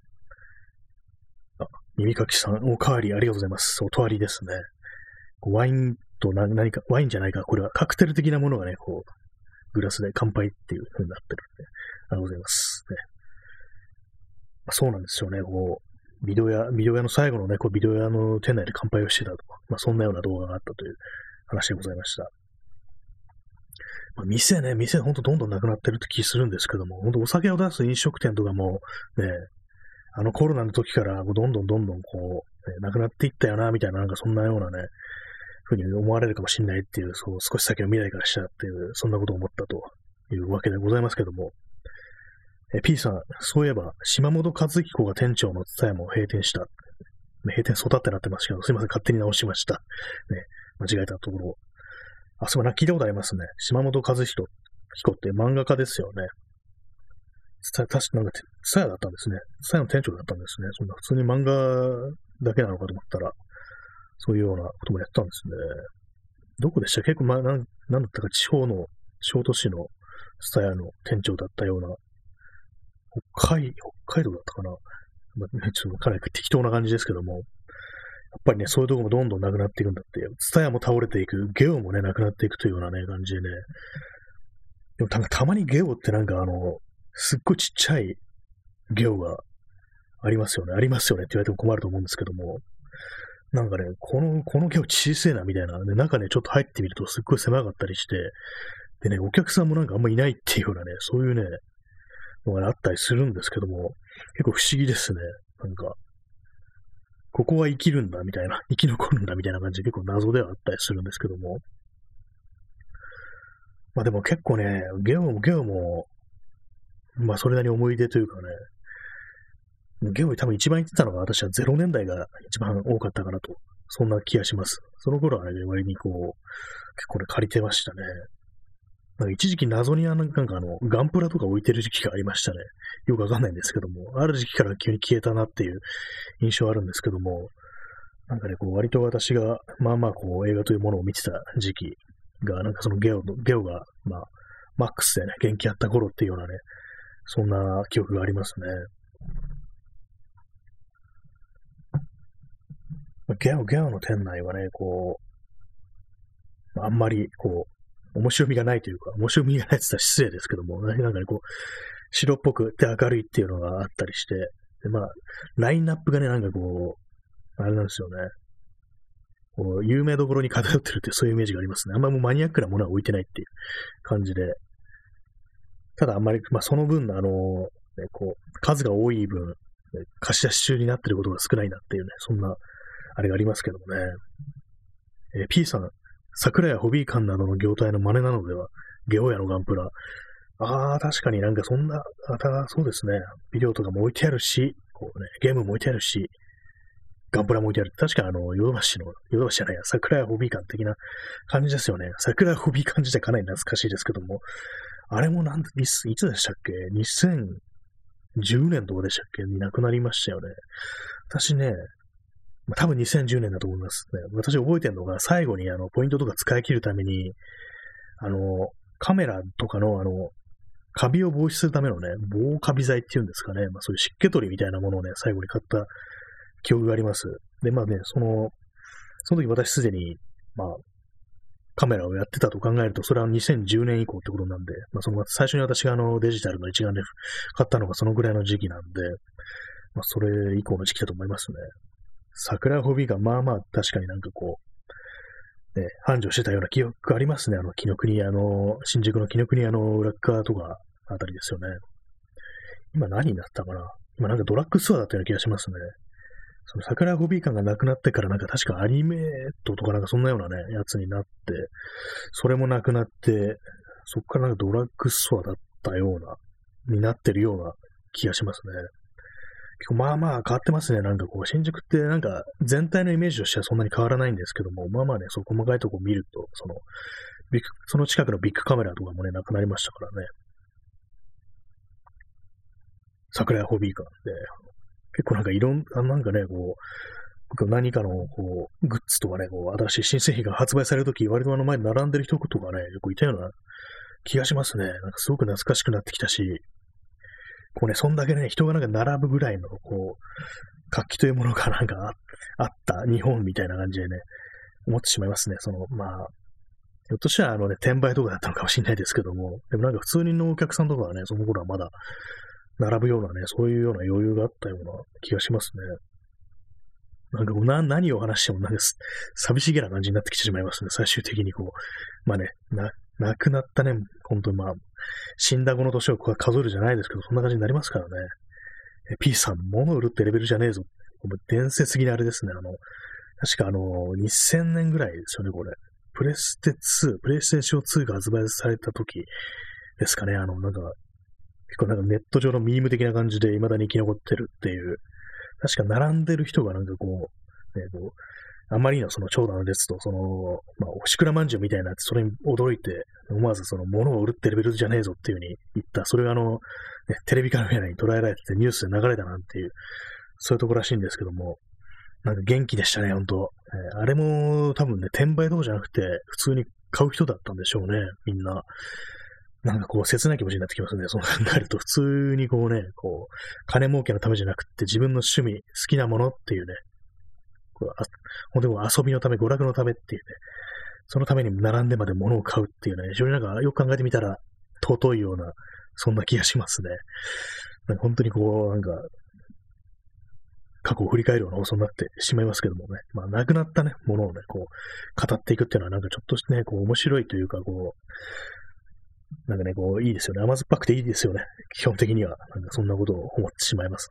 あ、耳かきさん、おかわりありがとうございます。おとわりですね。ワインと何か、ワインじゃないか、これはカクテル的なものがね、こう、グラスで乾杯っていう風になってるんで、ありがとうございます。ね、そうなんですよね、こう、ビデオ屋の最後のね、こうビデオ屋の店内で乾杯をしてたとか、まあそんなような動画があったという話でございました。 まあ、店ほんとどんどんなくなってるって気するんですけども、ほんとお酒を出す飲食店とかも、ね、コロナの時からどんどんなくなっていったよな、みたいな、なんかそんなようなね、ふうに思われるかもしれないっていう、そう、少し先の未来からしたらっていう、そんなことを思ったというわけでございますけども、P さん、そういえば、島本和彦が店長のツタヤも閉店した。閉店育ってなってますけど、すいません、勝手に直しました。ね、間違えたところ。あ、そうだ、聞いたことありますね。島本和彦って漫画家ですよね。確かなんか、ツタヤだったんですね。ツタヤの店長だったんですね。そんな普通に漫画だけなのかと思ったら、そういうようなこともやってたんですね。どこでした結構、なんだったか地方の、小都市のツタヤの店長だったような、北海道だったかな。まあ、ちょっとかなり適当な感じですけども、やっぱりね、そういうとこもどんどんなくなっていくんだっていう。ツタヤも倒れていく、ゲオもね、なくなっていくというようなね、感じでね。でもたまにゲオってなんかすっごいちっちゃいゲオがありますよね。ありますよねって言われても困ると思うんですけども、なんかね、このゲオ小せえなみたいな、ね、中ね、ちょっと入ってみるとすっごい狭かったりして、でね、お客さんもなんかあんまいないっていうようなね、そういうね、のがあったりするんですけども、結構不思議ですね。なんか、ここは生きるんだみたいな、生き残るんだみたいな感じで結構謎ではあったりするんですけども。まあでも結構ね、ゲオも、まあそれなりに思い出というかね、ゲオに多分一番行ってたのが私は0年代が一番多かったかなと、そんな気がします。その頃はね、割に結構ね、借りてましたね。なんか一時期謎にガンプラとか置いてる時期がありましたね。よくわかんないんですけども、ある時期から急に消えたなっていう印象あるんですけども、なんかね、割と私が、まあまあ映画というものを見てた時期が、なんかそのゲオが、まあ、マックスでね、元気あった頃っていうようなね、そんな記憶がありますね。ゲオの店内はね、あんまり、面白みがないというか、面白みがないって言ったら失礼ですけども、なんかね、白っぽくて明るいっていうのがあったりして、で、まあ、ラインナップがね、なんかあれなんですよね。有名どころに偏ってるっていう、そういうイメージがありますね。あんまもうマニアックなものは置いてないっていう感じで。ただあんまり、まあ、その分、数が多い分、貸し出し中になってることが少ないなっていうね、そんな、あれがありますけどもね。P さん、桜やホビー館などの業態の真似なのでは、ゲオ屋のガンプラ。ああ、確かになんかそんな、そうですね。ビデオとかも置いてあるし、ゲームも置いてあるし、ガンプラも置いてある。確かヨドバシじゃないや、桜屋ホビー館的な感じですよね。桜屋ホビー館自体かなり懐かしいですけども、あれもいつでしたっけ ?2010 年とかでしたっけに亡くなりましたよね。私ね、多分2010年だと思いますね。私覚えてるのが、最後にポイントとか使い切るために、カメラとかのカビを防止するためのね、防カビ剤っていうんですかね。まあそういう湿気取りみたいなものをね、最後に買った記憶があります。で、まあね、その時私すでに、まあ、カメラをやってたと考えると、それは2010年以降ってことなんで、まあ最初に私がデジタルの一眼レフ買ったのがそのぐらいの時期なんで、まあそれ以降の時期だと思いますね。桜ホビーがまあまあ確かになんかね、繁盛してたような記憶がありますね。紀ノ国屋新宿の紀ノ国屋の裏側とかあたりですよね。今何になったかな今なんかドラッグストアだったような気がしますね。その桜ホビー館がなくなってからなんか確かアニメートとかなんかそんなようなね、やつになって、それもなくなって、そっからなんかドラッグストアだったような、になってるような気がしますね。結構まあまあ変わってますね。なんか新宿ってなんか全体のイメージとしてはそんなに変わらないんですけども、まあまあね、そう細かいとこ見ると、その近くのビッグカメラとかもね、なくなりましたからね。桜屋ホビー館で、結構なんかなんかね、何かの、グッズとかね、新しい新製品が発売されるとき、割と前に並んでる人とかね、結構いたような気がしますね。なんかすごく懐かしくなってきたし、そんだけね、人がなんか並ぶぐらいの、活気というものがなんかあった日本みたいな感じでね、思ってしまいますね。まあ、ひょっとしたら転売とかだったのかもしれないですけども、でもなんか普通のお客さんとかはね、その頃はまだ並ぶようなね、そういうような余裕があったような気がしますね。なんか何を話してもなんか寂しげな感じになってきてしまいますね。最終的にまあね、 亡くなったね、本当に死んだ子の年を数えるじゃないですけど、そんな感じになりますからね。P さん、物を売るってレベルじゃねえぞ。伝説的なあれですね。確か2000年ぐらいですよね、これ。プレイステーション2が発売された時ですかね。結構ネット上のミーム的な感じで未だに生き残ってるっていう。確か並んでる人があまりのその長蛇の列と、おしくらまんじゅうみたいな、それに驚いて、思わず物を売るってレベルじゃねえぞっていう風に言った。それがテレビカメラに捉えられててニュースで流れたなんていう、そういうところらしいんですけども、元気でしたね、ほんと。あれも多分ね、転売とかじゃなくて、普通に買う人だったんでしょうね、みんな。切ない気持ちになってきますね。そう考えると、普通に金儲けのためじゃなくて、自分の趣味、好きなものっていうね、本当に遊びのため、娯楽のためっていうね、そのために並んでまで物を買うっていうね、非常によく考えてみたら、尊いような、そんな気がしますね。本当に過去を振り返るような放送になってしまいますけどもね、亡くなったね、ものをね、語っていくっていうのはちょっとね、面白いというか、いいですよね。甘酸っぱくていいですよね。基本的には、そんなことを思ってしまいます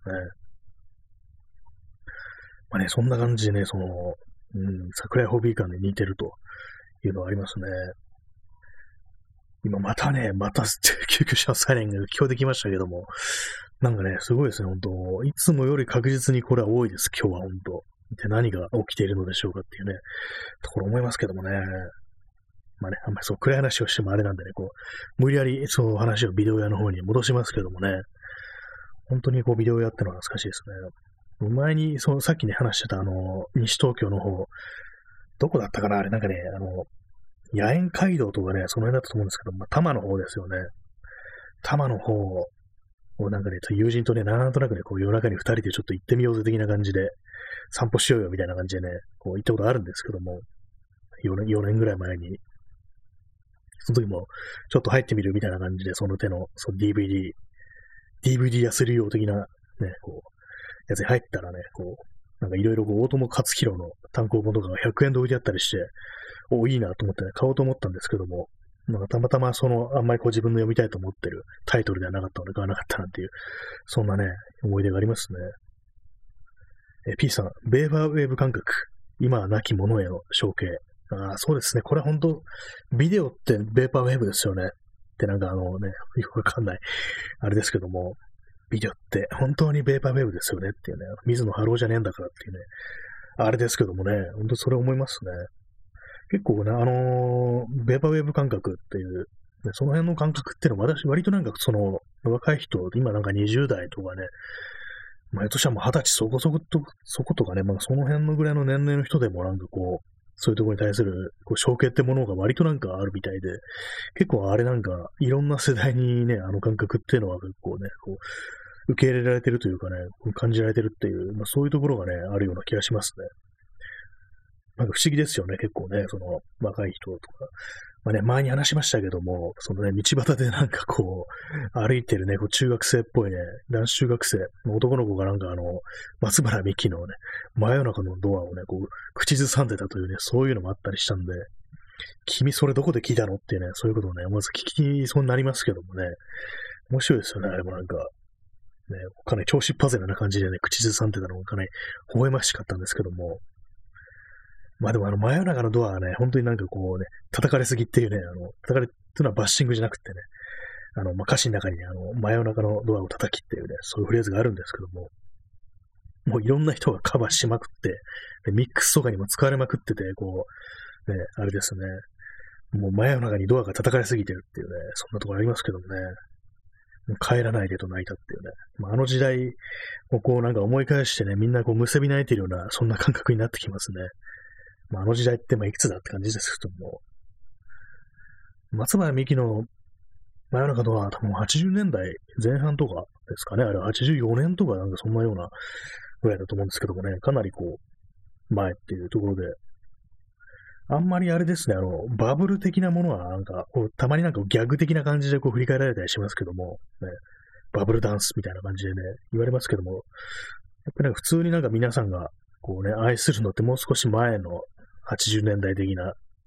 ね。そんな感じでね、桜井ホビー館で似てるというのはありますね。今また救急車サイレンが聞こえてきましたけども、すごいですね、本当いつもより確実にこれは多いです、今日は本当。で、何が起きているのでしょうかっていうね、ところ思いますけどもね。あんまり暗い話をしてもあれなんでね、無理やり話をビデオ屋の方に戻しますけどもね、本当にビデオ屋ってのは懐かしいですね。前に、さっきね、話してた西東京の方、どこだったかなあれ野猿街道とかね、その辺だったと思うんですけど、多摩の方ですよね。多摩の方を友人とね、なんとなくね、夜中に二人でちょっと行ってみようぜ的な感じで、散歩しようよみたいな感じでね、行ったことあるんですけども、4年ぐらい前に、その時も、ちょっと入ってみるみたいな感じで、その手の、DVD やする用的な、ね、やつに入ったらね、いろいろ大友克洋の単行本とかが100円で置いてあったりして、いいなと思ってね、買おうと思ったんですけども、たまたまあんまり自分の読みたいと思ってるタイトルではなかったので買わなかったなんていう、そんなね、思い出がありますね。P さん、ベーバーウェーブ感覚、今は亡き者への承継。そうですね。これ本当ビデオってベーパーウェーブですよね。ってよくわかんない。あれですけども、ビデオって本当にベーパーウェーブですよねっていうね。水野晴郎じゃねえんだからっていうね。あれですけどもね、本当それ思いますね。結構ね、ベーパーウェーブ感覚っていう、ね、その辺の感覚っていうのは割と若い人、今20代とかね、ひょっとしたらもう20歳そことかね、その辺のぐらいの年齢の人でもそういうところに対する承継ってものが割とあるみたいで、結構あれいろんな世代にね、感覚っていうのは結構ね、受け入れられてるというかね、感じられてるっていう、そういうところがね、あるような気がしますね。不思議ですよね、結構ね、若い人とか。前に話しましたけども、道端で歩いてるね、中学生っぽいね、男子中学生の男の子が松原美樹のね、真夜中のドアをね、口ずさんでたというね、そういうのもあったりしたんで、君それどこで聞いたのっていうね、そういうことをね、まず聞きそうになりますけどもね、面白いですよね、あれもね、かなり調子っぱぜな感じでね、口ずさんでたのがかなり微笑ましかったんですけども、でも真夜中のドアはね、本当に叩かれすぎっていうね、叩かれっていうのはバッシングじゃなくてね、歌詞の中にね、真夜中のドアを叩きっていうね、そういうフレーズがあるんですけども、もういろんな人がカバーしまくって、でミックスとかにも使われまくってて、あれですね、もう真夜中にドアが叩かれすぎてるっていうね、そんなところありますけどもね、もう帰らないでと泣いたっていうね、あの時代を思い返してね、みんなむせび泣いてるような、そんな感覚になってきますね。あの時代っていくつだって感じですけども、松原美樹の真夜中のは多分80年代前半とかですかね、あれは84年とかそんなようなぐらいだと思うんですけどもね、かなり前っていうところで、あんまりあれですね、バブル的なものはたまにギャグ的な感じで振り返られたりしますけども、ね、バブルダンスみたいな感じでね、言われますけども、やっぱり普通に皆さんが愛するのってもう少し前の80年代的な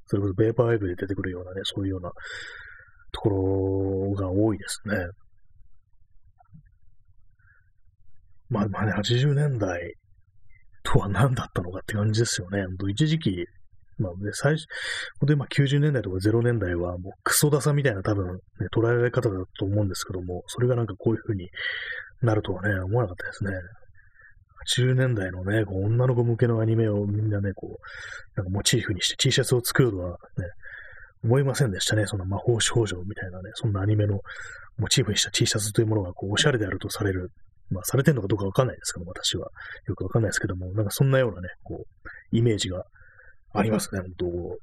それこそベーパーウェブで出てくるようなね、そういうようなところが多いですね。まあね、80年代とは何だったのかって感じですよね。一時期、まあね、本当に90年代とか0年代はもうクソダサみたいな多分、ね、捉えられ方だと思うんですけども、それがなんかこういう風になるとはね、思わなかったですね。80年代のね、こう女の子向けのアニメをみんなね、こう、なんかモチーフにして T シャツを作るとはね、思いませんでしたね。その魔法少女みたいなね、そんなアニメのモチーフにした T シャツというものがこうおしゃれであるとされる。まあ、されてるのかどうかわかんないですけども、私は。よくわかんないですけども、なんかそんなようなね、こう、イメージがありますね、本当。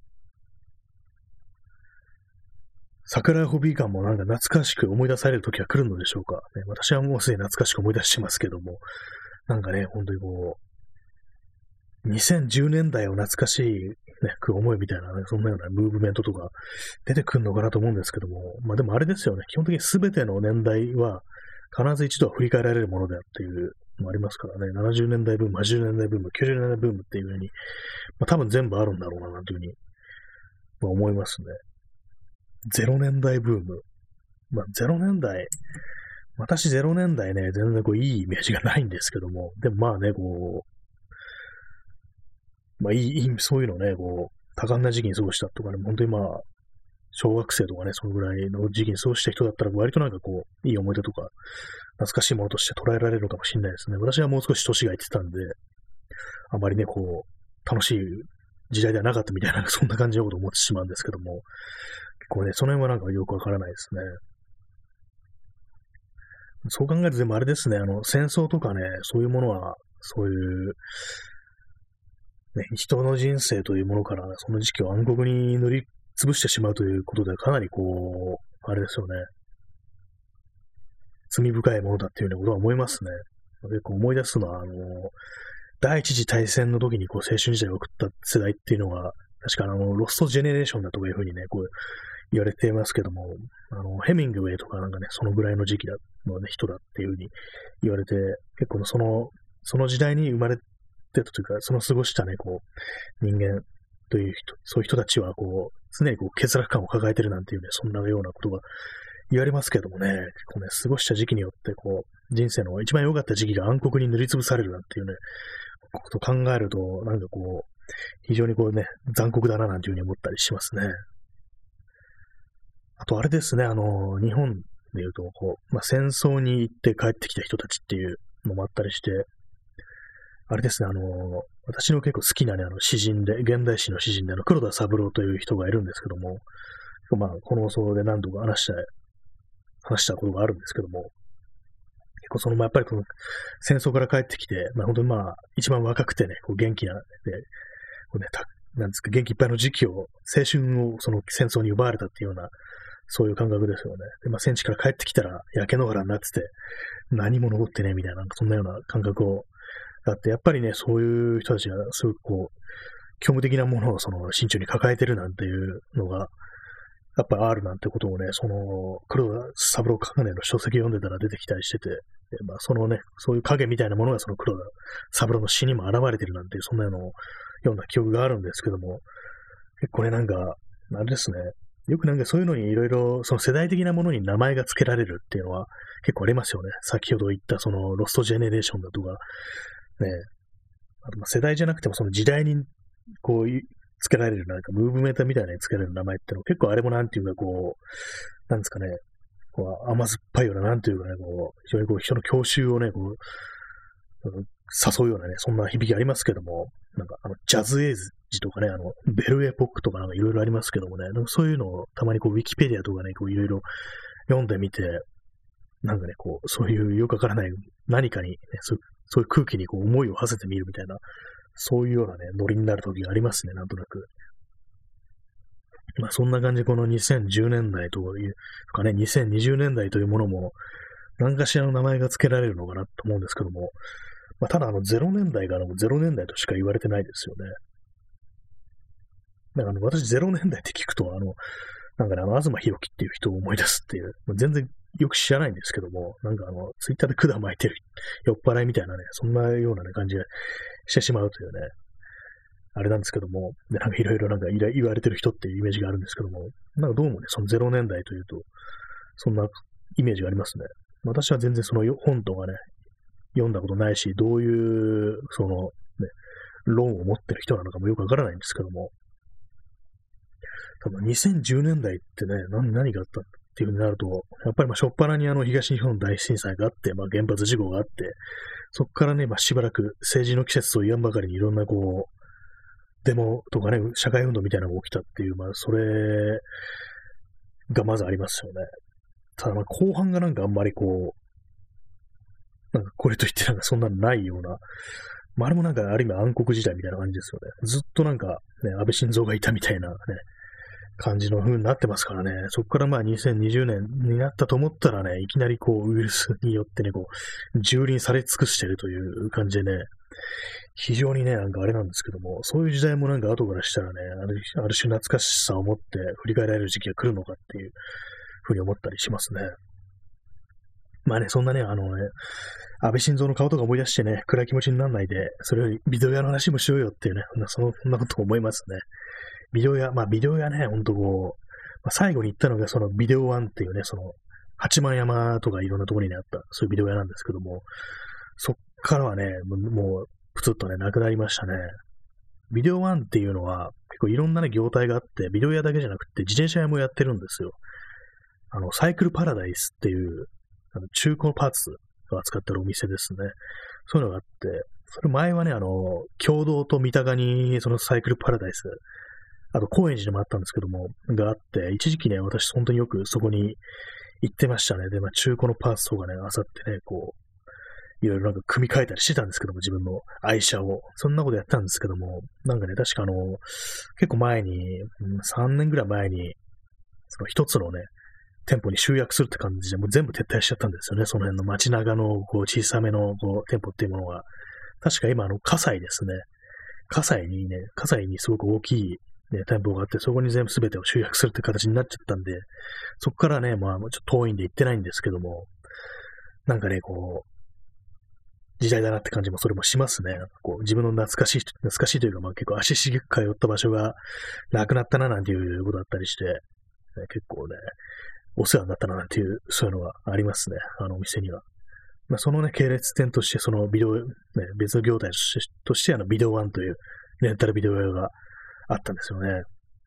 桜ホビー感もなんか懐かしく思い出される時が来るのでしょうか。ね、私はもうすでに懐かしく思い出してますけども、なんかね、本当にこう、2010年代を懐かしい、ね、思いみたいな、ね、そんなようなムーブメントとか出てくるのかなと思うんですけども、まあでもあれですよね、基本的に全ての年代は必ず一度は振り返られるものであるっていうのもありますからね、70年代ブーム、80年代ブーム、90年代ブームっていう風に、まあ多分全部あるんだろうな、なんていう風に、まあ、思いますね。0年代ブーム。まあ0年代、私0年代ね、全然こういいイメージがないんですけども、でもまあね、こう、まあそういうのね、こう、多感な時期に過ごしたとかね、本当にまあ、小学生とかね、そのぐらいの時期に過ごした人だったら、割となんかこう、いい思い出とか、懐かしいものとして捉えられるのかもしれないですね。私はもう少し年がいってたんで、あまりね、こう、楽しい時代ではなかったみたいな、そんな感じのことを思ってしまうんですけども、結構ね、その辺はなんかよくわからないですね。そう考えると、でもあれですね、戦争とかね、そういうものは、そういう、ね、人の人生というものから、その時期を暗黒に塗りつぶしてしまうということで、かなりこう、あれですよね、罪深いものだっていうようなことは思いますね。結構思い出すのは、第一次大戦の時にこう青春時代を送った世代っていうのが、確かロストジェネレーションだとかいうふうにね、こう言われていますけども、ヘミングウェイとかなんかね、そのぐらいの時期の、ね、人だっていうふうに言われて、結構その時代に生まれてたというか、その過ごしたね、こう、人間という人、そういう人たちは、こう、常にこう、欠落感を抱えてるなんていうね、そんなようなことが言われますけどもね、結構ね、過ごした時期によって、こう、人生の一番良かった時期が暗黒に塗りつぶされるなんていうね、ことを考えると、なんかこう、非常にこうね、残酷だななんていうふうに思ったりしますね。あとあれですね、日本でいうと、こう、まあ、戦争に行って帰ってきた人たちっていうのもあったりして、あれですね、私の結構好きなね、詩人で、現代詩の詩人で、黒田三郎という人がいるんですけども、まあ、この放送で何度か話したことがあるんですけども、結構やっぱりこの戦争から帰ってきて、まあ本当にまあ、一番若くてね、こう元気な、こうね、なんですか、元気いっぱいの時期を、青春をその戦争に奪われたっていうような、そういう感覚ですよね。で、まあ戦地から帰ってきたら焼け野原になってて、何も残ってね、みたいな、そんなような感覚を、だってやっぱりね、そういう人たちがすごくこう、虚無的なものをその心中に抱えてるなんていうのが、やっぱあるなんてことをね、黒田三郎関連の書籍を読んでたら出てきたりしてて、でまあ、そういう影みたいなものがその黒田三郎の詩にも現れてるなんていう、そんなのを読んだ記憶があるんですけども、結構ね、なんか、あれですね、よくなんかそういうのにいろいろ、その世代的なものに名前が付けられるっていうのは結構ありますよね。先ほど言ったそのロストジェネレーションだとか、ね、あとまあ世代じゃなくてもその時代にこう付けられるなんかムーブメントみたいなに付けられる名前っての結構あれもなんていうかこう、なんですかね、こう甘酸っぱいような、なんていうかね、こう、非常にこう人の郷愁をね、こう、誘うようなね、そんな響きありますけども、なんかジャズエイジとかね、ベルエポックとかなんかいろいろありますけどもね、そういうのをたまにこう、ウィキペディアとかね、こういろいろ読んでみて、なんかね、こう、そういうよくわからない何かに、ね、そういう空気にこう思いを馳せてみるみたいな、そういうようなね、ノリになる時がありますね、なんとなく。まあそんな感じでこの2010年代というかね、2020年代というものも、何かしらの名前が付けられるのかなと思うんですけども、まあ、ただ0年代からも0年代としか言われてないですよね。だから私0年代って聞くと、なんかね、東博樹っていう人を思い出すっていう、全然よく知らないんですけども、なんかツイッターで管巻いてる酔っ払いみたいなね、そんなようなね、感じがしてしまうというね。 あれなんですけども、で、なんかいろいろなんか言われてる人っていうイメージがあるんですけども、なんかどうもね、その0年代というと、そんなイメージがありますね。私は全然その本とかね、読んだことないし、どういう、その、ね、論を持ってる人なのかもよくわからないんですけども、多分2010年代ってね、何があったっていう風になると、やっぱり初っ端に東日本大震災があって、原発事故があって、そこからね、しばらく政治の季節と言わんばかりにいろんなデモとかね、社会運動みたいなのが起きたっていう、それがまずありますよね。ただ後半がなんかあんまりなんかこれといってなんかそんなのないような、あれもなんかある意味暗黒時代みたいな感じですよね。ずっとなんかね、安倍晋三がいたみたいなね、感じの風になってますからね。そこから2020年になったと思ったらね、いきなりウイルスによってね、蹂躙され尽くしてるという感じでね、非常にね、なんかあれなんですけども、そういう時代もなんか後からしたらね、ある種懐かしさを持って振り返られる時期が来るのかっていうふうに思ったりしますね。そんなね、安倍晋三の顔とか思い出してね、暗い気持ちにならないで、それよりビデオ屋の話もしようよっていうね、そんなこと思いますね。ビデオ屋ね、ほんと最後に行ったのがそのビデオワンっていうね、その、八幡山とかいろんなところにあった、そういうビデオ屋なんですけども、そっからはね、もう、プツッとね、なくなりましたね。ビデオワンっていうのは、結構いろんなね、業態があって、ビデオ屋だけじゃなくて、自転車屋もやってるんですよ。サイクルパラダイスっていう、中古パーツを扱ってるお店ですね。そういうのがあって、それ前はね、共同と三鷹に、そのサイクルパラダイス、あと高円寺にもあったんですけども、があって、一時期ね、私本当によくそこに行ってましたね。で、中古のパーツとかね、漁ってね、いろいろなんか組み替えたりしてたんですけども、自分の愛車を。そんなことやったんですけども、なんかね、確か結構前に、3年ぐらい前に、その一つのね、店舗に集約するって感じで、もう全部撤退しちゃったんですよね。その辺の街中の小さめの店舗っていうものが。確か今葛西ですね。葛西にすごく大きい、ね、店舗があって、そこに全てを集約するって形になっちゃったんで、そこからね、ちょっと遠いんで行ってないんですけども、なんかね、時代だなって感じもそれもしますね。自分の懐かしいというか、結構足しげく通った場所がなくなったななんていうことだったりして、結構ね、お世話になったななんていう、そういうのがありますね。お店には。そのね、系列店として、そのビデオ、ね、別の業態としてビデオワンというレンタルビデオ屋があったんですよね。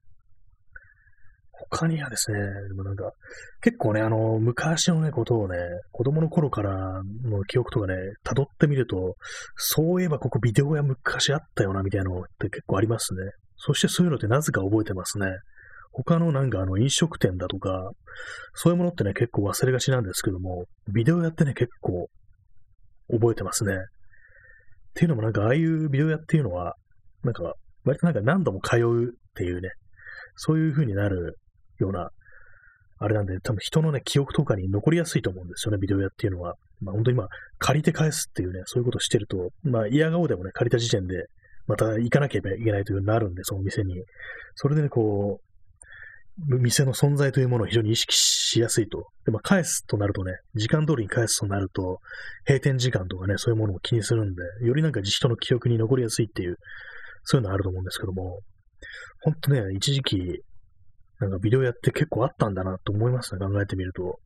他にはですね、でもなんか、結構ね、昔のね、ことをね、子供の頃からの記憶とかね、辿ってみると、そういえばここビデオ屋昔あったよな、みたいなのって結構ありますね。そしてそういうのってなぜか覚えてますね。他のなんか飲食店だとか、そういうものってね、結構忘れがちなんですけども、ビデオ屋ってね、結構覚えてますね。っていうのもなんか、ああいうビデオ屋っていうのは、なんか、割となんか何度も通うっていうね、そういう風になるような、あれなんで、多分人のね、記憶とかに残りやすいと思うんですよね、ビデオ屋っていうのは。本当に借りて返すっていうね、そういうことをしてると、嫌顔でもね、借りた時点で、また行かなければいけないという風になるんで、その店に。それでね、店の存在というものを非常に意識しやすいと。で、返すとなるとね、時間通りに返すとなると、閉店時間とかね、そういうものを気にするんで、よりなんか人の記憶に残りやすいっていう、そういうのあると思うんですけども、ほんとね、一時期、なんかビデオやって結構あったんだなと思いますね、考えてみると。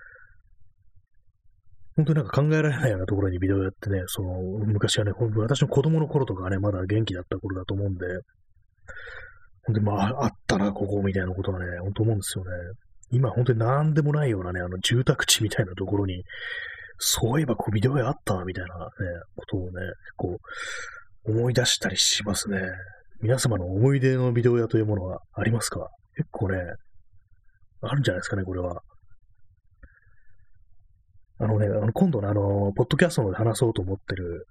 本当になんか考えられないようなところにビデオやってね、昔はね、私の子供の頃とかね、まだ元気だった頃だと思うんで、ほんとにあったな、ここみたいなことはね、ほんと思うんですよね。今本当になんでもないようなね、住宅地みたいなところに、そういえばビデオ屋あったな、みたいなね、ことをね、思い出したりしますね。皆様の思い出のビデオ屋というものはありますか？結構ね、あるんじゃないですかね、これは。今度のポッドキャストで話そうと思ってる、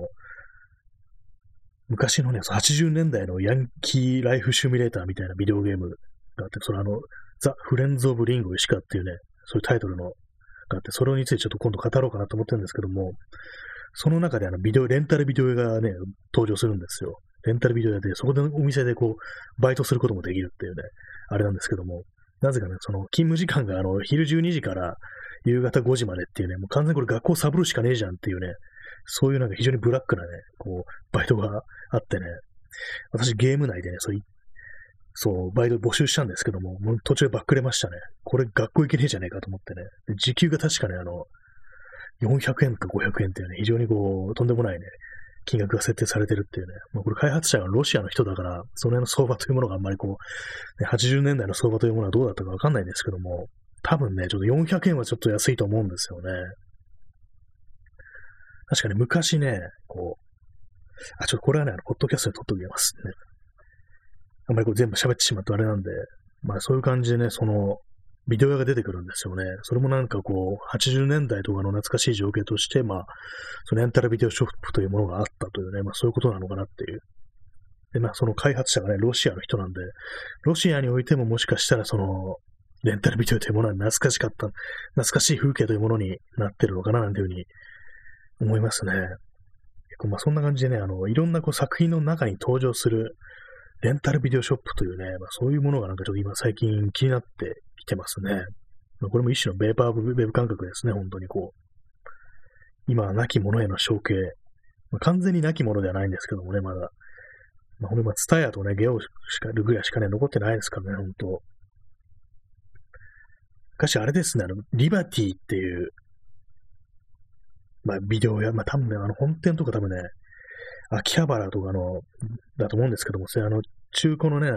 昔のね、80年代のヤンキーライフシミュレーターみたいなビデオゲームがあって、ザ・フレンズ・オブ・リンゴ・石川っていうね、そういうタイトルのがあって、それについてちょっと今度語ろうかなと思ってるんですけども、その中でレンタルビデオ屋がね、登場するんですよ。レンタルビデオ屋で、そこでお店でバイトすることもできるっていうね、あれなんですけども、なぜかね、勤務時間が昼12時から夕方5時までっていうね、もう完全にこれ学校サボるしかねえじゃんっていうね、そういうなんか非常にブラックなね、バイトがあってね、 私ゲーム内でね、バイト募集したんですけども、もう途中でバックれましたね。これ学校行けねえじゃねえかと思ってね。で時給が確かね、400円か500円っていうね、非常にとんでもないね、金額が設定されてるっていうね。まあ、これ開発者がロシアの人だから、その辺の相場というものがあんまりね、80年代の相場というものはどうだったかわかんないんですけども、多分ね、ちょっと400円はちょっと安いと思うんですよね。確かに昔ね、ちょっとこれはね、ポッドキャストで撮っておきますね。あんまり全部喋ってしまうとあれなんで、まあそういう感じでね、ビデオ屋が出てくるんですよね。それもなんか80年代とかの懐かしい情景として、まあ、そのレンタルビデオショップというものがあったというね、まあそういうことなのかなっていう。で、まあその開発者がね、ロシアの人なんで、ロシアにおいてももしかしたらレンタルビデオというものは懐かしい風景というものになってるのかななんていうふうに思いますね。結構まあそんな感じでね、いろんな作品の中に登場するレンタルビデオショップというね、まあ、そういうものがなんかちょっと今最近気になってきてますね。まあ、これも一種のベーパーウェブ感覚ですね、本当に今は亡き者への承継。まあ、完全に亡き者ではないんですけどもね、まだ。まあ、ほんとツタヤとね、ゲオしか、ルグラしかね、残ってないですからね、本当昔あれですね、リバティっていう、まあ、ビデオ屋、まあ、多分ね、本店とか多分ね、秋葉原とかだと思うんですけども、それ中古のね、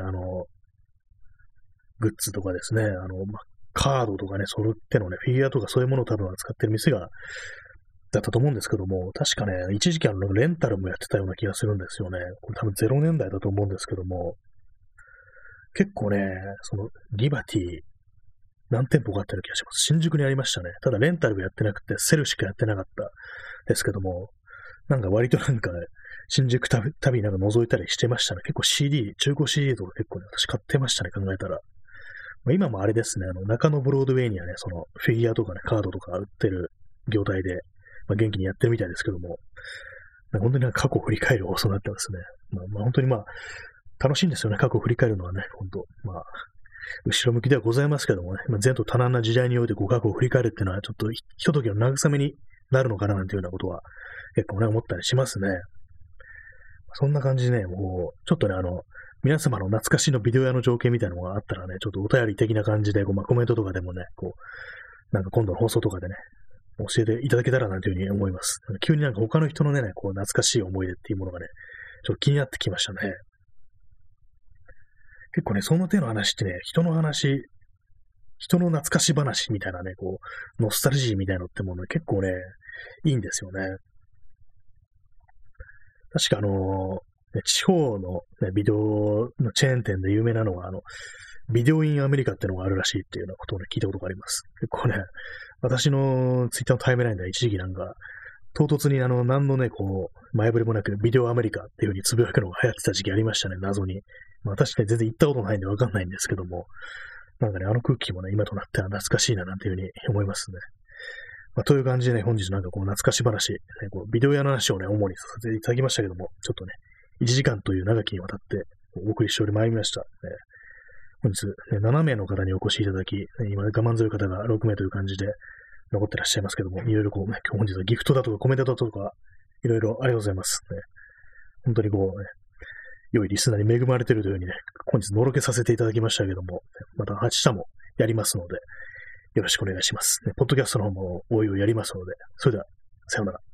グッズとかですね、カードとかね、揃ってのね、フィギュアとかそういうものを多分扱ってる店だったと思うんですけども、確かね、一時期レンタルもやってたような気がするんですよね。これ多分0年代だと思うんですけども、結構ね、リバティ、何店舗かあったような気がします。新宿にありましたね。ただレンタルもやってなくて、セルしかやってなかったですけども、なんか割となんかね、新宿旅なんか覗いたりしてましたね。結構 中古 CD とか結構ね、私買ってましたね、考えたら。まあ、今もあれですね、中野ブロードウェイにはね、フィギュアとかね、カードとか売ってる業態で、まあ、元気にやってるみたいですけども、本当に過去を振り返る放送になってますね。まあ本当に楽しいんですよね、過去を振り返るのはね、本当まあ、後ろ向きではございますけどもね、前途多難な時代において過去を振り返るっていうのは、ちょっとひとときの慰めになるのかななんていうようなことは、結構ね、思ったりしますね。そんな感じでね、もう、ちょっとね、皆様の懐かしのビデオ屋の情景みたいなのがあったらね、ちょっとお便り的な感じで、まあ、コメントとかでもね、なんか今度の放送とかでね、教えていただけたらなというふうに思います。急になんか他の人のね、懐かしい思い出っていうものがね、ちょっと気になってきましたね。結構ね、その手の話ってね、人の懐かし話みたいなね、ノスタルジーみたいなのってもの結構ね、いいんですよね。確か地方の、ね、ビデオのチェーン店で有名なのが、ビデオインアメリカってのがあるらしいっていうようなことをね、聞いたことがあります。結構ね、私のツイッターのタイムラインでは一時期なんか、唐突に何のね、前触れもなく、ビデオアメリカっていう風につぶやくのが流行ってた時期ありましたね、謎に。まあ私ね、全然行ったことないんでわかんないんですけども、なんかね、空気もね、今となっては懐かしいななんていう風に思いますね。まあ、という感じでね、本日なんか懐かし話、ね、ビデオ屋の話をね、主にさせていただきましたけども、ちょっとね、1時間という長きにわたってお送りしておりまいりました。本日、ね、7名の方にお越しいただき、今我慢強い方が6名という感じで残ってらっしゃいますけども、いろいろ本日はギフトだとかコメントだとか、いろいろありがとうございます。ね、本当に良いリスナーに恵まれているというふうにね、本日のろけさせていただきましたけども、また明日もやりますので、よろしくお願いします。ポッドキャストの方も応用やりますので、それでは、さようなら。